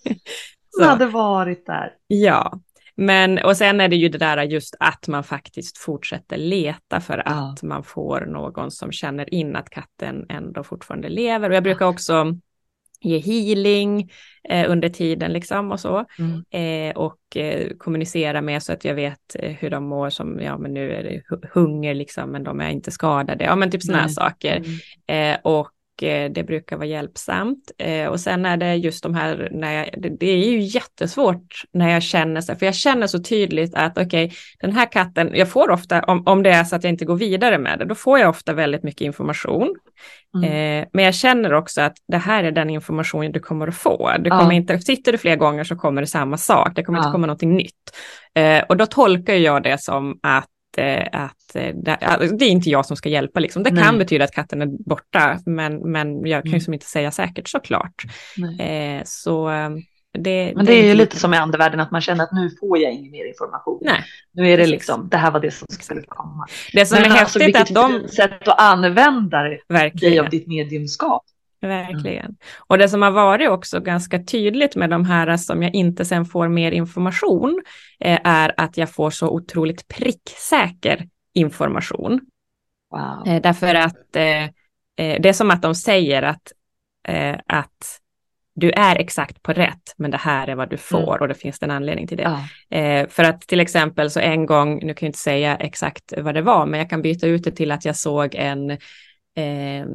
Som hade varit där. Ja, men och sen är det ju det där just att man faktiskt fortsätter leta för Ja. att man får någon som känner in att katten ändå fortfarande lever. Och jag brukar också ge healing eh, under tiden liksom och så. Mm. Eh, och eh, kommunicera med så att jag vet eh, hur de mår, som ja men nu är det hu- hunger liksom, men de är inte skadade. Ja men typ sådana här Nej. saker. Mm. Eh, och eh, det brukar vara hjälpsamt. Eh, och sen är det just de här, när jag, det, det är ju jättesvårt när jag känner så, för jag känner så tydligt att okej, okay, den här katten, jag får ofta, om, om det är så att jag inte går vidare med det, då får jag ofta väldigt mycket information. Mm. Eh, men jag känner också att det här är den information du kommer att få. Du kommer ja. inte, sitter du fler gånger så kommer det samma sak, det kommer ja. inte komma någonting nytt. Eh, och då tolkar jag det som att att det, det är inte jag som ska hjälpa liksom. Det Nej. kan betyda att katten är borta, men, men jag kan ju mm. som inte säga säkert såklart. Eh, så det, men det, det är ju lite som i andevärlden, att man känner att nu får jag ingen mer information. Nej. Nu är det liksom, det här var det som skulle komma. Det som men är alltså, häftigt är att de... sätt att använda dig av ditt mediumskap. Verkligen. Mm. Och det som har varit också ganska tydligt med de här som jag inte sen får mer information eh, är att jag får så otroligt pricksäker information. Wow. Eh, därför att eh, det är som att de säger att, eh, att du är exakt på rätt, men det här är vad du får mm. och det finns en anledning till det. Ja. Eh, för att till exempel så en gång, nu kan jag inte säga exakt vad det var, men jag kan byta ut det till att jag såg en... Eh,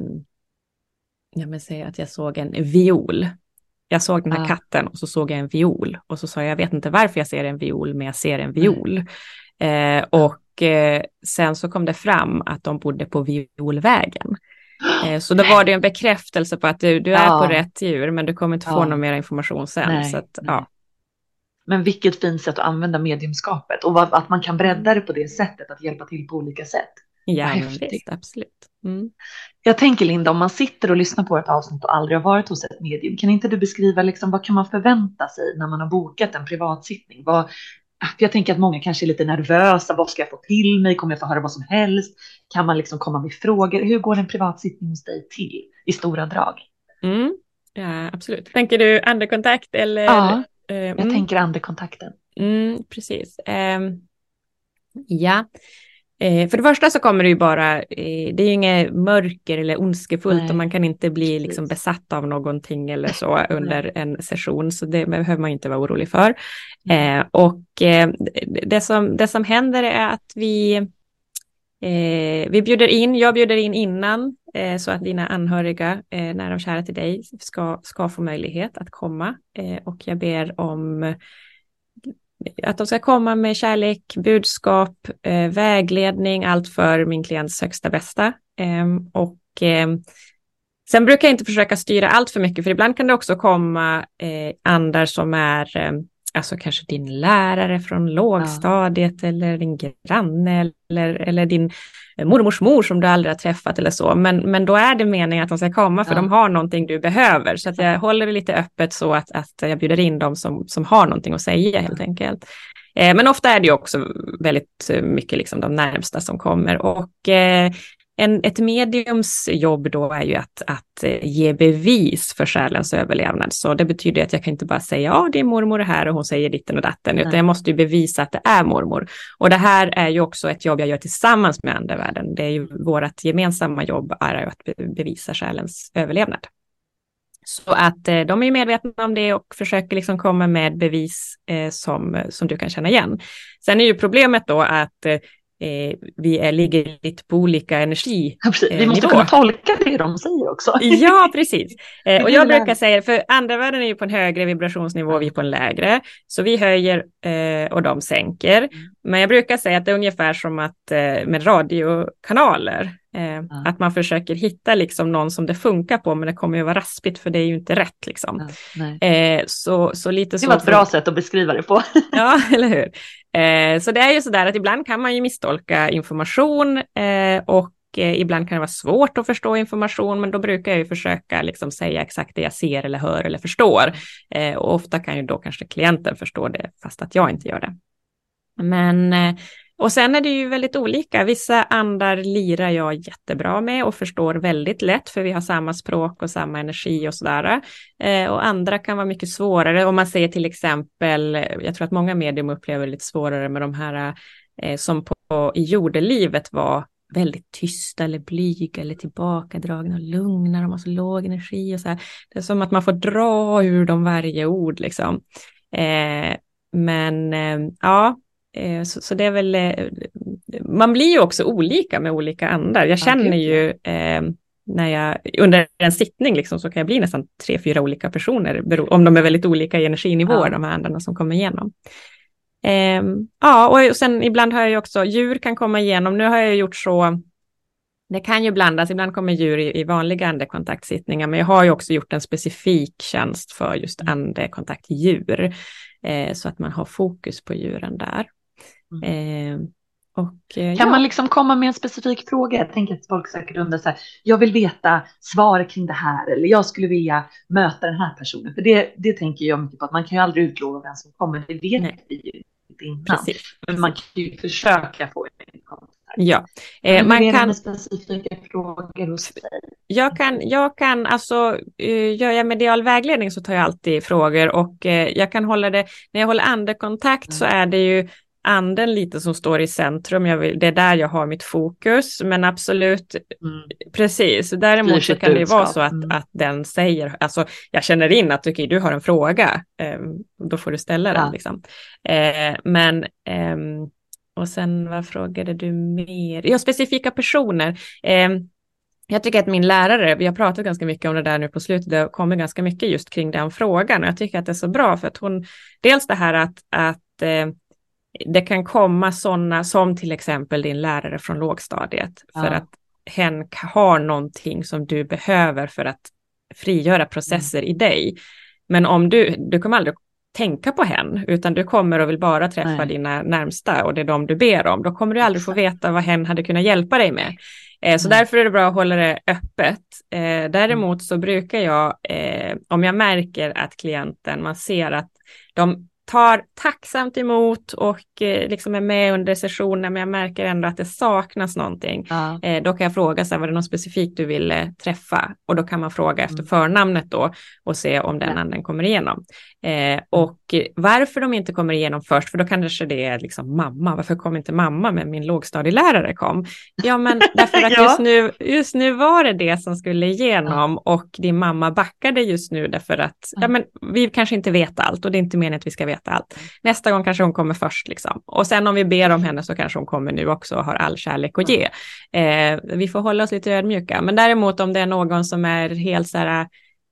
Jag vill säga att jag såg en viol. Jag såg den här ah. katten och så såg jag en viol. Och så sa jag, jag vet inte varför jag ser en viol, men jag ser en viol. Mm. Eh, och eh, sen så kom det fram att de bodde på violvägen. Eh, så då var det en bekräftelse på att du, du är ah. på rätt djur, men du kommer inte få ah. någon mer information sen. Nej, så att, ja. Men vilket fint sätt att använda mediumskapet. Och vad, att man kan bredda det på det sättet, att hjälpa till på olika sätt. Ja, visst, absolut. Mm. Jag tänker Linda, om man sitter och lyssnar på ett avsnitt och aldrig har varit hos ett medium, kan inte du beskriva liksom, vad kan man förvänta sig när man har bokat en privatsittning? Vad, jag tänker att många kanske är lite nervösa, vad ska jag få till mig, kommer jag få höra vad som helst? Kan man liksom komma med frågor? Hur går en privatsittning hos dig till i stora drag? Mm. Ja, absolut. Tänker du andekontakt eller? Ja, eh, jag mm. tänker andekontakten. Mm, precis. Um, ja. För det första så kommer det ju bara, det är ju inget mörker eller ondskefullt. Nej. Och man kan inte bli liksom besatt av någonting eller så under en session, så det behöver man inte vara orolig för. Eh, och eh, det, som, det som händer är att vi, eh, vi bjuder in, jag bjuder in innan eh, så att dina anhöriga, eh, nära och kära till dig, ska, ska få möjlighet att komma. Eh, och jag ber om att de ska komma med kärlek, budskap, eh, vägledning, allt för min klients högsta bästa. Eh, och eh, sen brukar jag inte försöka styra allt för mycket, för ibland kan det också komma eh, andar som är eh, alltså kanske din lärare från lågstadiet ja. eller din granne eller, eller din mormors mor som du aldrig har träffat eller så. Men, men då är det meningen att de ska komma, för ja. de har någonting du behöver. Så att jag håller det lite öppet så att, att jag bjuder in dem som, som har någonting att säga helt enkelt. Eh, men ofta är det ju också väldigt mycket liksom de närmsta som kommer. Och eh, en, ett mediums jobb då är ju att, att ge bevis för själens överlevnad. Så det betyder att jag kan inte bara säga ja, det är mormor här och hon säger ditten och datten. Utan jag måste ju bevisa att det är mormor. Och det här är ju också ett jobb jag gör tillsammans med andevärlden. Det är ju vårt gemensamma jobb är att bevisa själens överlevnad. Så att eh, de är ju medvetna om det och försöker liksom komma med bevis eh, som, som du kan känna igen. Sen är ju problemet då att eh, Eh, vi är, ligger lite på olika energi. Ja, precis. Vi måste kunna tolka det de säger också. Ja, precis. Eh, och jag brukar säga, för andevärlden är ju på en högre vibrationsnivå, vi är på en lägre. Så vi höjer eh, och de sänker. Mm. Men jag brukar säga att det är ungefär som att eh, med radiokanaler. Eh, mm. Att man försöker hitta liksom någon som det funkar på, men det kommer ju vara raspigt för det är ju inte rätt liksom. Mm. Eh, så, så lite det var ett bra sätt att beskriva det på. Ja, eller hur? Eh, så det är ju sådär att ibland kan man ju misstolka information eh, och eh, ibland kan det vara svårt att förstå information, men då brukar jag ju försöka liksom säga exakt det jag ser eller hör eller förstår. Eh, och ofta kan ju då kanske klienten förstå det fast att jag inte gör det. Men eh, och sen är det ju väldigt olika. Vissa andar lirar jag jättebra med och förstår väldigt lätt, för vi har samma språk och samma energi och sådär. Eh, och andra kan vara mycket svårare. Om man säger till exempel, jag tror att många medium upplever det lite svårare med de här eh, som på, i jordelivet var väldigt tysta eller blyga eller tillbakadragna och lugna. De har så låg energi och så här. Det är som att man får dra ur dem varje ord liksom. Eh, men eh, ja... Så, så det är väl, man blir ju också olika med olika andar. Jag känner ju, eh, när jag, under en sittning liksom, så kan jag bli nästan tre, fyra olika personer, bero, om de är väldigt olika i energinivåer, ja. De här andarna som kommer igenom. Eh, ja, och sen ibland har jag ju också, djur kan komma igenom. Nu har jag gjort så, det kan ju blandas, ibland kommer djur i, i vanliga andekontaktsittningar, men jag har ju också gjort en specifik tjänst för just andekontaktdjur, eh, så att man har fokus på djuren där. Eh, och, eh, kan ja. man liksom komma med en specifik fråga? Jag tänker att folk säkert undrar så här, jag vill veta svar kring det här, eller jag skulle vilja möta den här personen. För det, det tänker jag mycket på, att man kan ju aldrig utlova vem som kommer, det vet Nej. vi ju inte innan. Precis. Men man kan ju försöka få en kontakt. Ja, eh, man kan specifika frågor hos dig. Jag kan, jag kan alltså, uh, gör jag medial vägledning så tar jag alltid frågor, och uh, jag kan hålla det, när jag håller andekontakt mm. så är det ju anden lite som står i centrum. Jag vill, det är där jag har mitt fokus, men absolut, mm. precis. Däremot så kan det vara så att, mm. att den säger, alltså jag känner in att okej, du har en fråga, um, då får du ställa den ja. liksom. Uh, men um, och sen, vad frågade du mer? Ja, specifika personer. Eh, jag tycker att min lärare, vi har pratat ganska mycket om det där nu på slutet, det kommer ganska mycket just kring den frågan. Och jag tycker att det är så bra, för att hon, dels det här att, att eh, det kan komma sådana som till exempel din lärare från lågstadiet. Ja. För att hen har någonting som du behöver för att frigöra processer mm. i dig. Men om du, du kommer aldrig tänka på hen, utan du kommer och vill bara träffa Nej. dina närmsta, och det är de du ber om. Då kommer du aldrig få veta vad hen hade kunnat hjälpa dig med. Eh, så mm. därför är det bra att hålla det öppet. Eh, däremot så brukar jag, eh, om jag märker att klienten, man ser att de tar tacksamt emot och eh, liksom är med under sessionen, men jag märker ändå att det saknas någonting. Ja. Eh, då kan jag fråga så här, var det någon specifikt du ville träffa? Och då kan man fråga efter mm. förnamnet då och se om den ja. anden kommer igenom. Eh, och varför de inte kommer igenom först, för då kanske det är liksom mamma. Varför kom inte mamma, men min lågstadielärare kom? Ja, men därför att ja. just, nu, just nu var det det som skulle igenom, ja. och din mamma backade just nu därför att ja, men vi kanske inte vet allt, och det är inte meningen att vi ska veta allt. Nästa gång kanske hon kommer först liksom. Och sen om vi ber om henne så kanske hon kommer nu också och har all kärlek att ge. Eh, vi får hålla oss lite ödmjuka. Men däremot om det är någon som är helt så här,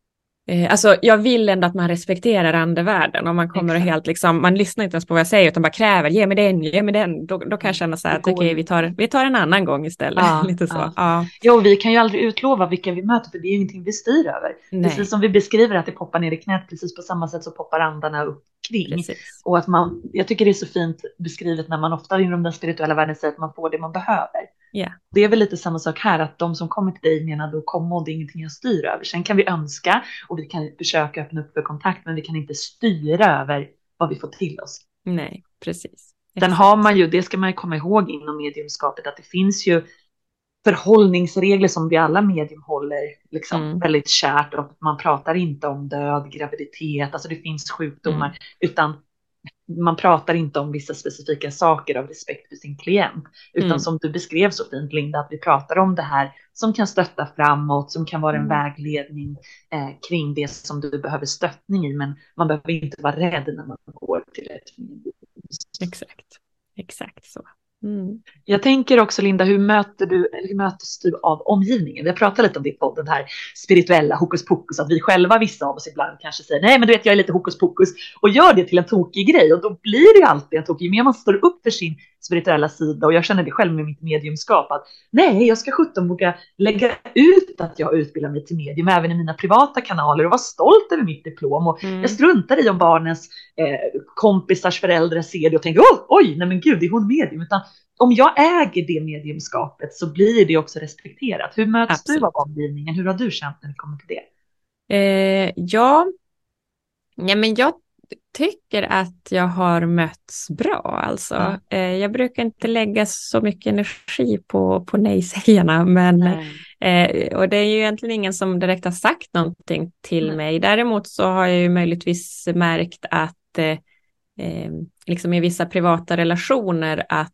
eh, alltså jag vill ändå att man respekterar andevärlden. Om man kommer och helt liksom, man lyssnar inte ens på vad jag säger utan bara kräver, ge mig den, ge mig den. Då, då kan jag känna så här att okej, okay, vi, tar, vi tar en annan gång istället. Ja, lite så. Ja. Ja. Jo, vi kan ju aldrig utlova vilka vi möter, för det är ju ingenting vi styr över. Nej. Precis som vi beskriver att det poppar ner i knät, precis på samma sätt så poppar andarna upp kring. Precis. Och att man, jag tycker det är så fint beskrivet när man ofta inom den spirituella världen säger att man får det man behöver. Yeah. Det är väl lite samma sak här, att de som kommer till dig menar då kommer, och det är ingenting jag styr över. Sen kan vi önska och vi kan försöka öppna upp för kontakt, men vi kan inte styra över vad vi får till oss. Nej, precis. Den har man ju, det ska man ju komma ihåg inom mediumskapet, att det finns ju förhållningsregler som vi alla medium håller liksom mm. väldigt kärt, och man pratar inte om död, graviditet, alltså det finns sjukdomar, mm. utan man pratar inte om vissa specifika saker av respekt för sin klient, utan mm. som du beskrev så fint, Linda, att vi pratar om det här som kan stötta framåt, som kan vara en mm. vägledning eh, kring det som du behöver stöttning i, men man behöver inte vara rädd när man går till ett medium. Exakt, exakt så. Mm. Jag tänker också, Linda, hur möter du, eller hur möts du av omgivningen? Vi har pratat lite om det på den här spirituella hokus pokus, att vi själva, vissa av oss ibland kanske säger nej men du vet jag är lite hokus pokus och gör det till en tokig grej, och då blir det ju alltid en tokig. Ju mer man står upp för sin spirituella sida, och jag känner det själv med mitt mediumskap, att nej, jag ska sjutton våga lägga ut att jag utbildar mig till medium även i mina privata kanaler och vara stolt över mitt diplom, och mm. jag struntar i om barnens eh, kompisars föräldrar ser det och tänker oh, oj, nej men gud, är hon medium? Utan om jag äger det mediumskapet så blir det också respekterat. Hur möts Absolut. du av omgivningen? Hur har du känt när det kommer till det? Eh, ja, ja, men jag tycker att jag har mötts bra. Alltså. Mm. Eh, jag brukar inte lägga så mycket energi på, på nej-sägarna, men eh, och det är ju egentligen ingen som direkt har sagt någonting till mm. mig. Däremot så har jag ju möjligtvis märkt att eh, eh, liksom i vissa privata relationer att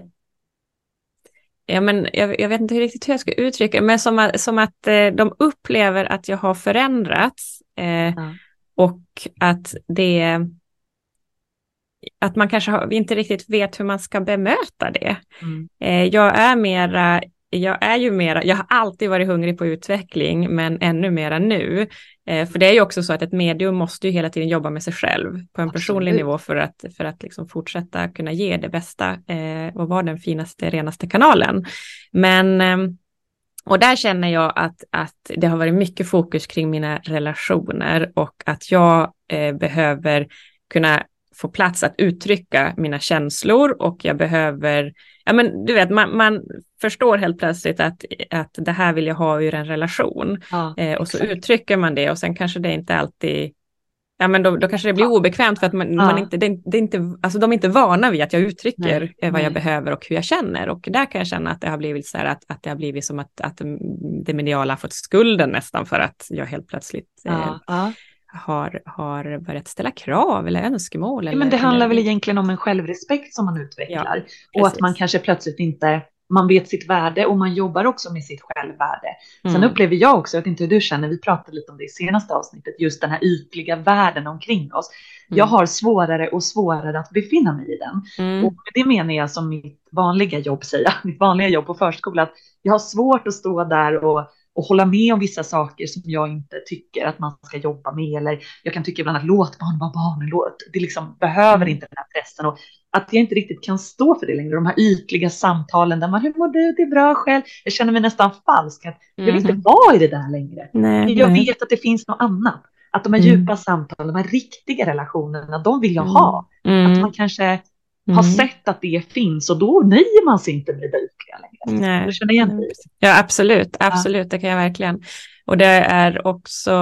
ja, men jag, jag vet inte riktigt hur jag ska uttrycka det, men som att, som att eh, de upplever att jag har förändrats eh, mm. och att det att man kanske har, inte riktigt vet hur man ska bemöta det. Mm. Eh, jag är mera jag är ju mera, jag har alltid varit hungrig på utveckling, men ännu mera nu. Eh, för det är ju också så att ett medium måste ju hela tiden jobba med sig själv på en Absolut. personlig nivå för att, för att liksom fortsätta kunna ge det bästa eh, och vara den finaste, renaste kanalen. Men, eh, och där känner jag att, att det har varit mycket fokus kring mina relationer och att jag eh, behöver kunna få plats att uttrycka mina känslor och jag behöver, ja men du vet, man, man förstår helt plötsligt att, att det här vill jag ha ur en relation. Ja, eh, och så exakt. uttrycker man det och sen kanske det inte alltid, ja men då, då kanske det blir obekvämt för att man, Ja. man inte, det, det är inte, alltså de är inte vana vid att jag uttrycker Nej, eh, vad jag nej. behöver och hur jag känner och där kan jag känna att det har blivit så här att, att det har blivit som att, att det mediala har fått skulden nästan för att jag helt plötsligt eh, Ja, ja. har, har börjat ställa krav eller önskemål. Ja, eller, men det handlar eller, väl egentligen om en självrespekt som man utvecklar. Ja, och att man kanske plötsligt inte, man vet sitt värde och man jobbar också med sitt självvärde. Sen Mm. upplever jag också, jag vet inte hur du känner, vi pratade lite om det i senaste avsnittet, just den här ytliga världen omkring oss. Mm. Jag har svårare och svårare att befinna mig i den. Mm. Och det menar jag som mitt vanliga jobb, säger mitt vanliga jobb på förskolan. Att jag har svårt att stå där och och hålla med om vissa saker som jag inte tycker att man ska jobba med. Eller jag kan tycka ibland att låt barn vara barn. Låt, det liksom behöver Mm. inte den här pressen. Och att jag inte riktigt kan stå för det längre. De här ytliga samtalen där man, hur mår du? Det är bra själv. Jag känner mig nästan falsk. Att jag vill inte Mhm. vara i det där längre. Nej, Jag nej. vet att det finns något annat. Att de här Mm. djupa samtalen, de här riktiga relationerna, de vill jag Mm. ha. Mm. Att man kanske Mm. har sett att det finns och då nöjer man sig inte med det ytliga längre. Nej. Du känner igen dig? Ja, absolut. Absolut, det kan jag verkligen. Och det är också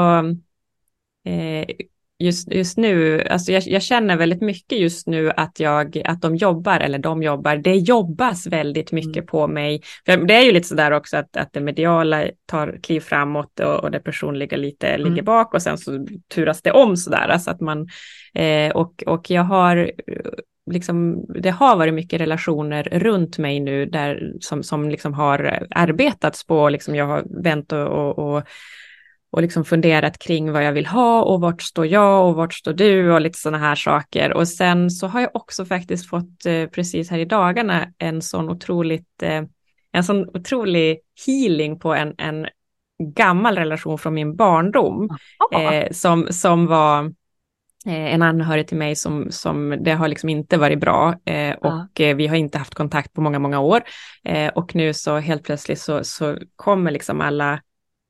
eh, just, just nu, alltså jag, jag känner väldigt mycket just nu att, jag, att de jobbar, eller de jobbar, det jobbas väldigt mycket Mm. på mig. För det är ju lite sådär också att, att det mediala tar kliv framåt och, och det personliga lite Mm. ligger bak och sen så turas det om sådär. Alltså att man, eh, och, och jag har liksom, det har varit mycket relationer runt mig nu där, som, som liksom har arbetats på, liksom jag har vänt och, och, och, och liksom funderat kring vad jag vill ha och vart står jag och vart står du och lite sådana här saker. Och sen så har jag också faktiskt fått eh, precis här i dagarna en sån otroligt, eh, en sån otrolig healing på en, en gammal relation från min barndom eh, som, som var en anhörig till mig som, som det har liksom inte varit bra eh, och Ja. eh, vi har inte haft kontakt på många, många år eh, och nu så helt plötsligt så, så kommer liksom alla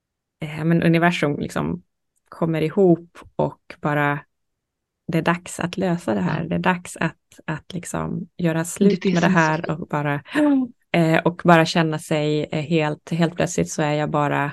eh, men universum liksom kommer ihop och bara det är dags att lösa det här. Ja. Det är dags att, att liksom göra slut det är med det så här fint. och bara, eh, och bara känna sig eh, helt, helt plötsligt så är jag bara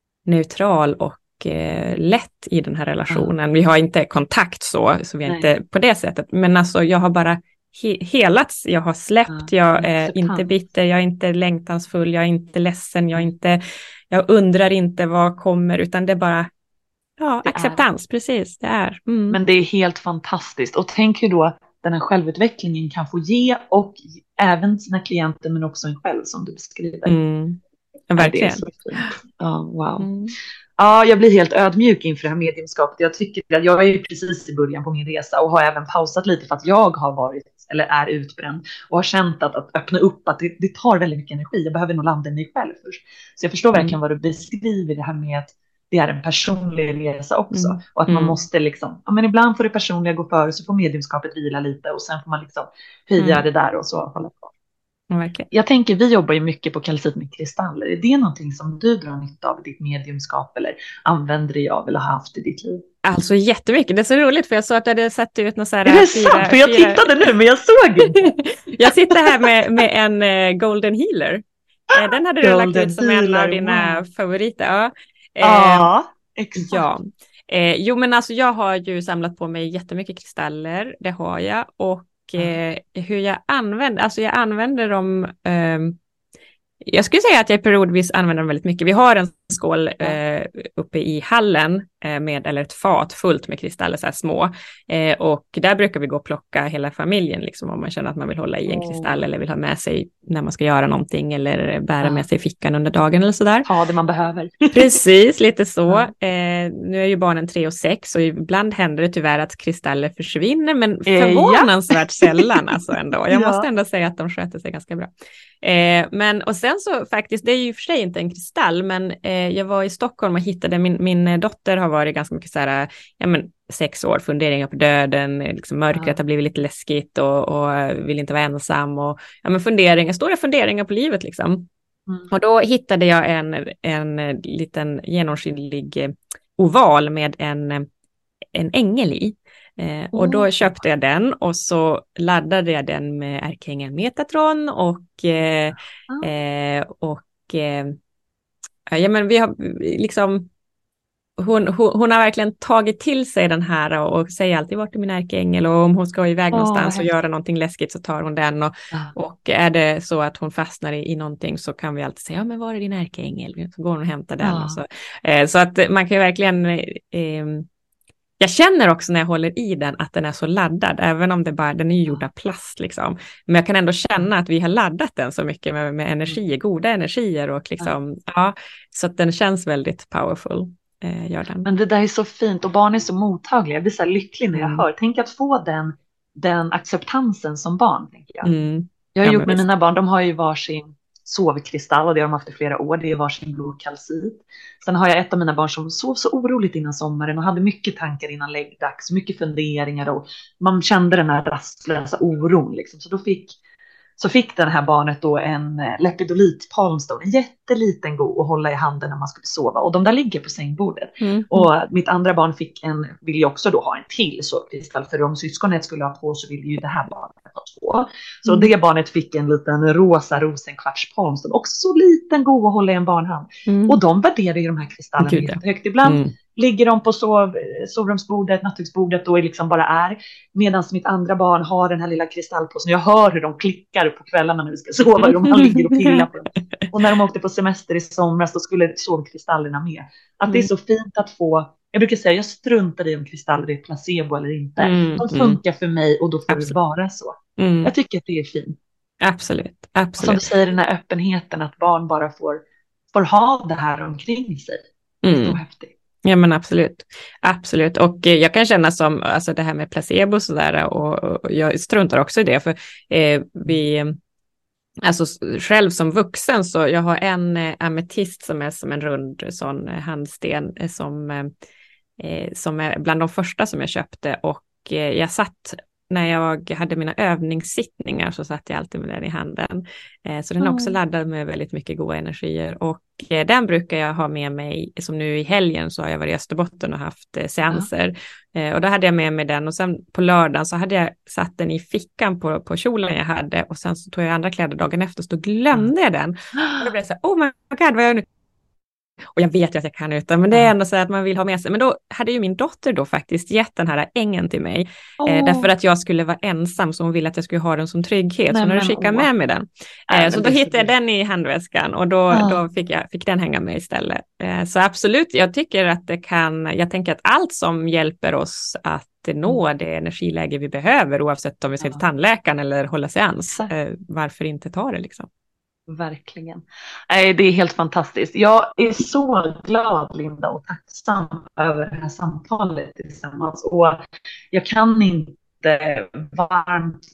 neutral och eh, lätt i den här relationen. Ja. Vi har inte kontakt så, så vi är Nej. inte på det sättet. Men alltså jag har bara he- helats, jag har släppt, Ja, jag är acceptans. inte bitter, jag är inte längtansfull, jag är inte ledsen, jag är inte, jag undrar inte vad kommer, utan det är bara ja, Det är. acceptans, precis, det är. Mm. Men det är helt fantastiskt. Och tänk hur då den här självutvecklingen kan få ge och även sina klienter men också en själv som du beskriver. Mm. Ja, Ja, verkligen. det är så fint. Ja, wow. Mm. Ja, jag blir helt ödmjuk inför det här mediumskapet. Jag tycker att jag är precis i början på min resa och har även pausat lite för att jag har varit eller är utbränd och har känt att, att öppna upp, att det, det tar väldigt mycket energi. Jag behöver nog landa i mig själv först. Så jag förstår Mm. verkligen vad du beskriver, det här med att det är en personlig resa också. Mm. Och att man Mm. måste liksom, ja men ibland får det personliga gå före så får mediumskapet vila lite och sen får man liksom höja Mm. det där och så hålla på. Ja, verkligen. Jag tänker, vi jobbar ju mycket på kalcit med kristaller. Är det någonting som du drar nytta av i ditt mediumskap eller använder dig av eller har haft i ditt liv? Alltså jättemycket, det är så roligt för jag såg att du hade satt ut några så här Är det fyra, sant? För jag fyra... tittade nu men jag såg inte. Jag sitter här med, med en uh, Golden Healer. Uh, den hade du lagt Golden ut som en Healer, av dina wow. favoriter. Ja, uh, Ja, exakt. ja. Uh, jo men alltså jag har ju samlat på mig jättemycket kristaller, det har jag. Och uh, hur jag använder, alltså jag använder dem... Um, Jag skulle säga att jag periodvis använder dem väldigt mycket. Vi har en skål eh, uppe i hallen eh, med, eller ett fat fullt med kristaller, så här små. Eh, och där brukar vi gå och plocka hela familjen, liksom, om man känner att man vill hålla i en kristall eller vill ha med sig när man ska göra någonting eller bära med sig i fickan under dagen eller sådär. Ja, det man behöver. Precis, lite så. Eh, nu är ju barnen tre och sex och ibland händer det tyvärr att kristaller försvinner, men förvånansvärt ja. sällan alltså ändå. Jag ja. måste ändå säga att de sköter sig ganska bra. Eh, men och sen så faktiskt, det är ju för sig inte en kristall, men eh, jag var i Stockholm och hittade, min, min dotter har varit ganska mycket så här, ja men sex år, funderingar på döden, liksom mörkret ja. har blivit lite läskigt och, och vill inte vara ensam och ja men funderingar, stora funderingar på livet liksom. Mm. Och då hittade jag en, en liten genomskinlig oval med en, en ängel i. Eh, och då köpte jag den och så laddade jag den med ärkeängeln Metatron och eh, ah. eh, och eh, ja men vi har liksom hon, hon, hon har verkligen tagit till sig den här och, och säger alltid vart är min ärkeängel, och om hon ska iväg oh, någonstans och göra någonting läskigt så tar hon den och, ah. och är det så att hon fastnar i, i någonting så kan vi alltid säga ja men var är din ärkeängel, så går hon och hämtar den ah. och så, eh, så att man kan ju verkligen eh, jag känner också när jag håller i den att den är så laddad, även om det bara, den är ju gjord av plast liksom. Men jag kan ändå känna att vi har laddat den så mycket med, med energier, goda energier och liksom, ja. ja så att den känns väldigt powerful. Eh, gör den. Men det där är så fint och barn är så mottagliga. Jag blir så lycklig när jag mm. hör. Tänk att få den, den acceptansen som barn, tänker jag. Mm. Jag har ja, gjort med visst. mina barn, de har ju varsin sovkristall och det har de haft i flera år. Det är varsin blodkalcit. Sen har jag ett av mina barn som sov så oroligt innan sommaren och hade mycket tankar innan läggdags, mycket funderingar och man kände den här rastlösa oron liksom. Så då fick så fick den här barnet då en Lepidolit Palmstone, en jätteliten go att hålla i handen när man skulle sova. Och de där ligger på sängbordet. Mm. Och mitt andra barn fick en, vill ju också då ha en till sovkristall. För om syskonet skulle ha på så vill ju det här barnet ha två. Så mm. det barnet fick en liten rosa rosenkvarts Palmstone. Också så liten go att hålla i en barnhand. Mm. Och de värderar ju de här kristallerna jättehögt. Ibland mm. ligger de på sov, sovrumsbordet, nattduksbordet och liksom bara är. Medan mitt andra barn har den här lilla kristallpåsen. Jag hör hur de klickar på kvällarna när vi ska sova. Hur de ligger och pillar på dem. Och när de åkte på semester i somras så skulle sovkristallerna med. Att mm. det är så fint att få. Jag brukar säga jag struntar i om kristaller är placebo eller inte. Mm. De funkar mm. för mig och då får Absolut. det vara så. Mm. Jag tycker att det är fint. Absolut. Absolut. Och som du säger, den här öppenheten att barn bara får, får ha det här omkring sig. Mm. Det är så häftigt. Ja men absolut, absolut. Och eh, jag kan känna som, alltså det här med placebo och sådär, och, och jag struntar också i det, för eh, vi, alltså själv som vuxen så jag har en eh, ametist som är som en rund sån eh, handsten eh, som, eh, som är bland de första som jag köpte, och eh, jag satt när jag hade mina övningssittningar så satt jag alltid med den i handen. Eh, så den är också laddad med väldigt mycket goda energier. Och eh, den brukar jag ha med mig, som nu i helgen så har jag varit i Österbotten och haft eh, seanser. Eh, och då hade jag med mig den, och sen på lördagen så hade jag satt den i fickan på, på kjolen jag hade. Och sen så tog jag andra kläder dagen efter, så då glömde jag den. Och då blev jag så här, oh my god, vad jag nu? Och jag vet ju att jag kan utan, men det är ändå så att man vill ha med sig. Men då hade ju min dotter då faktiskt gett den här ängen till mig. Oh. Eh, därför att jag skulle vara ensam, så hon ville att jag skulle ha den som trygghet. Nej, så när du skickade med mig den. Eh, äh, så då hittade jag den i handväskan och då, oh. då fick, jag, fick den hänga med istället. Eh, så absolut, jag tycker att det kan, jag tänker att allt som hjälper oss att nå mm. det energiläge vi behöver, oavsett om vi ska till tandläkaren eller hålla seans, eh, varför inte ta det liksom? Verkligen. Nej, det är helt fantastiskt. Jag är så glad, Linda, och tacksam över det här samtalet tillsammans. Och jag kan inte varmt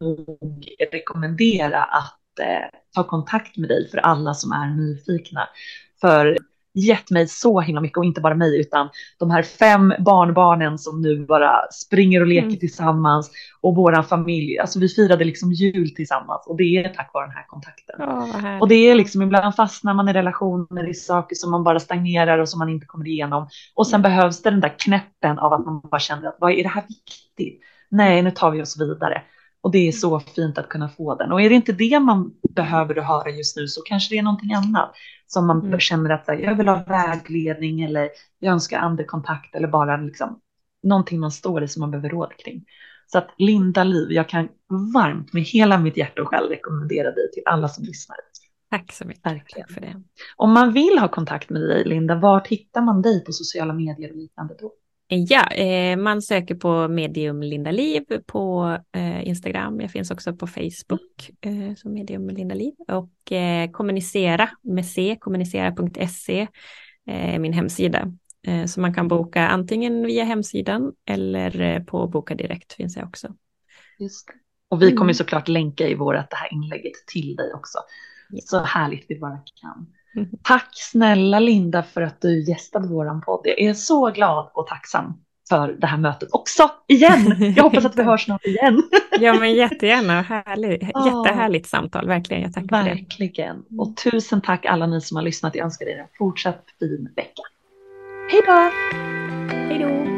nog rekommendera att eh, ta kontakt med dig för alla som är nyfikna. För gett mig så himla mycket, och inte bara mig utan de här fem barnbarnen som nu bara springer och leker mm. tillsammans, och våran familj, alltså vi firade liksom jul tillsammans, och det är tack vare den här kontakten. Oh, och det är liksom, ibland fastnar man i relationer i saker som man bara stagnerar och som man inte kommer igenom, och sen behövs det den där knäppen av att man bara känner att vad är det här viktigt? Nej, nu tar vi oss vidare. Och det är så fint att kunna få den. Och är det inte det man behöver höra just nu, så kanske det är någonting annat som man mm. känner att jag vill ha vägledning, eller jag önskar andekontakt, eller bara liksom någonting man står i som man behöver råd kring. Så att Linda Liv, jag kan varmt med hela mitt hjärta och själv rekommendera dig till alla som lyssnar. Tack så mycket. Verkligen. Tack för det. Om man vill ha kontakt med dig, Linda, vart hittar man dig på sociala medier och liknande då? Ja, eh, man söker på medium Linda Liv på eh, Instagram. Jag finns också på Facebook eh, som medium Linda Liv. Och eh, kommunicera med C, kommunicera punkt se är eh, min hemsida. Eh, så man kan boka antingen via hemsidan eller eh, på Boka Direkt finns jag också. Just det. Och vi kommer Mm. såklart länka i vårat det här inlägget till dig också. Ja. Så härligt vi bara kan. Mm. Tack snälla Linda för att du gästade våran podd. Jag är så glad och tacksam för det här mötet också igen. Jag hoppas att vi hörs snart igen. Ja, men jättegärna. Härlig, Ah. jättehärligt samtal. Verkligen. Jag tackar för det. Verkligen. Och tusen tack alla ni som har lyssnat. Jag önskar er en fortsatt fin vecka. Hej då! Hej då!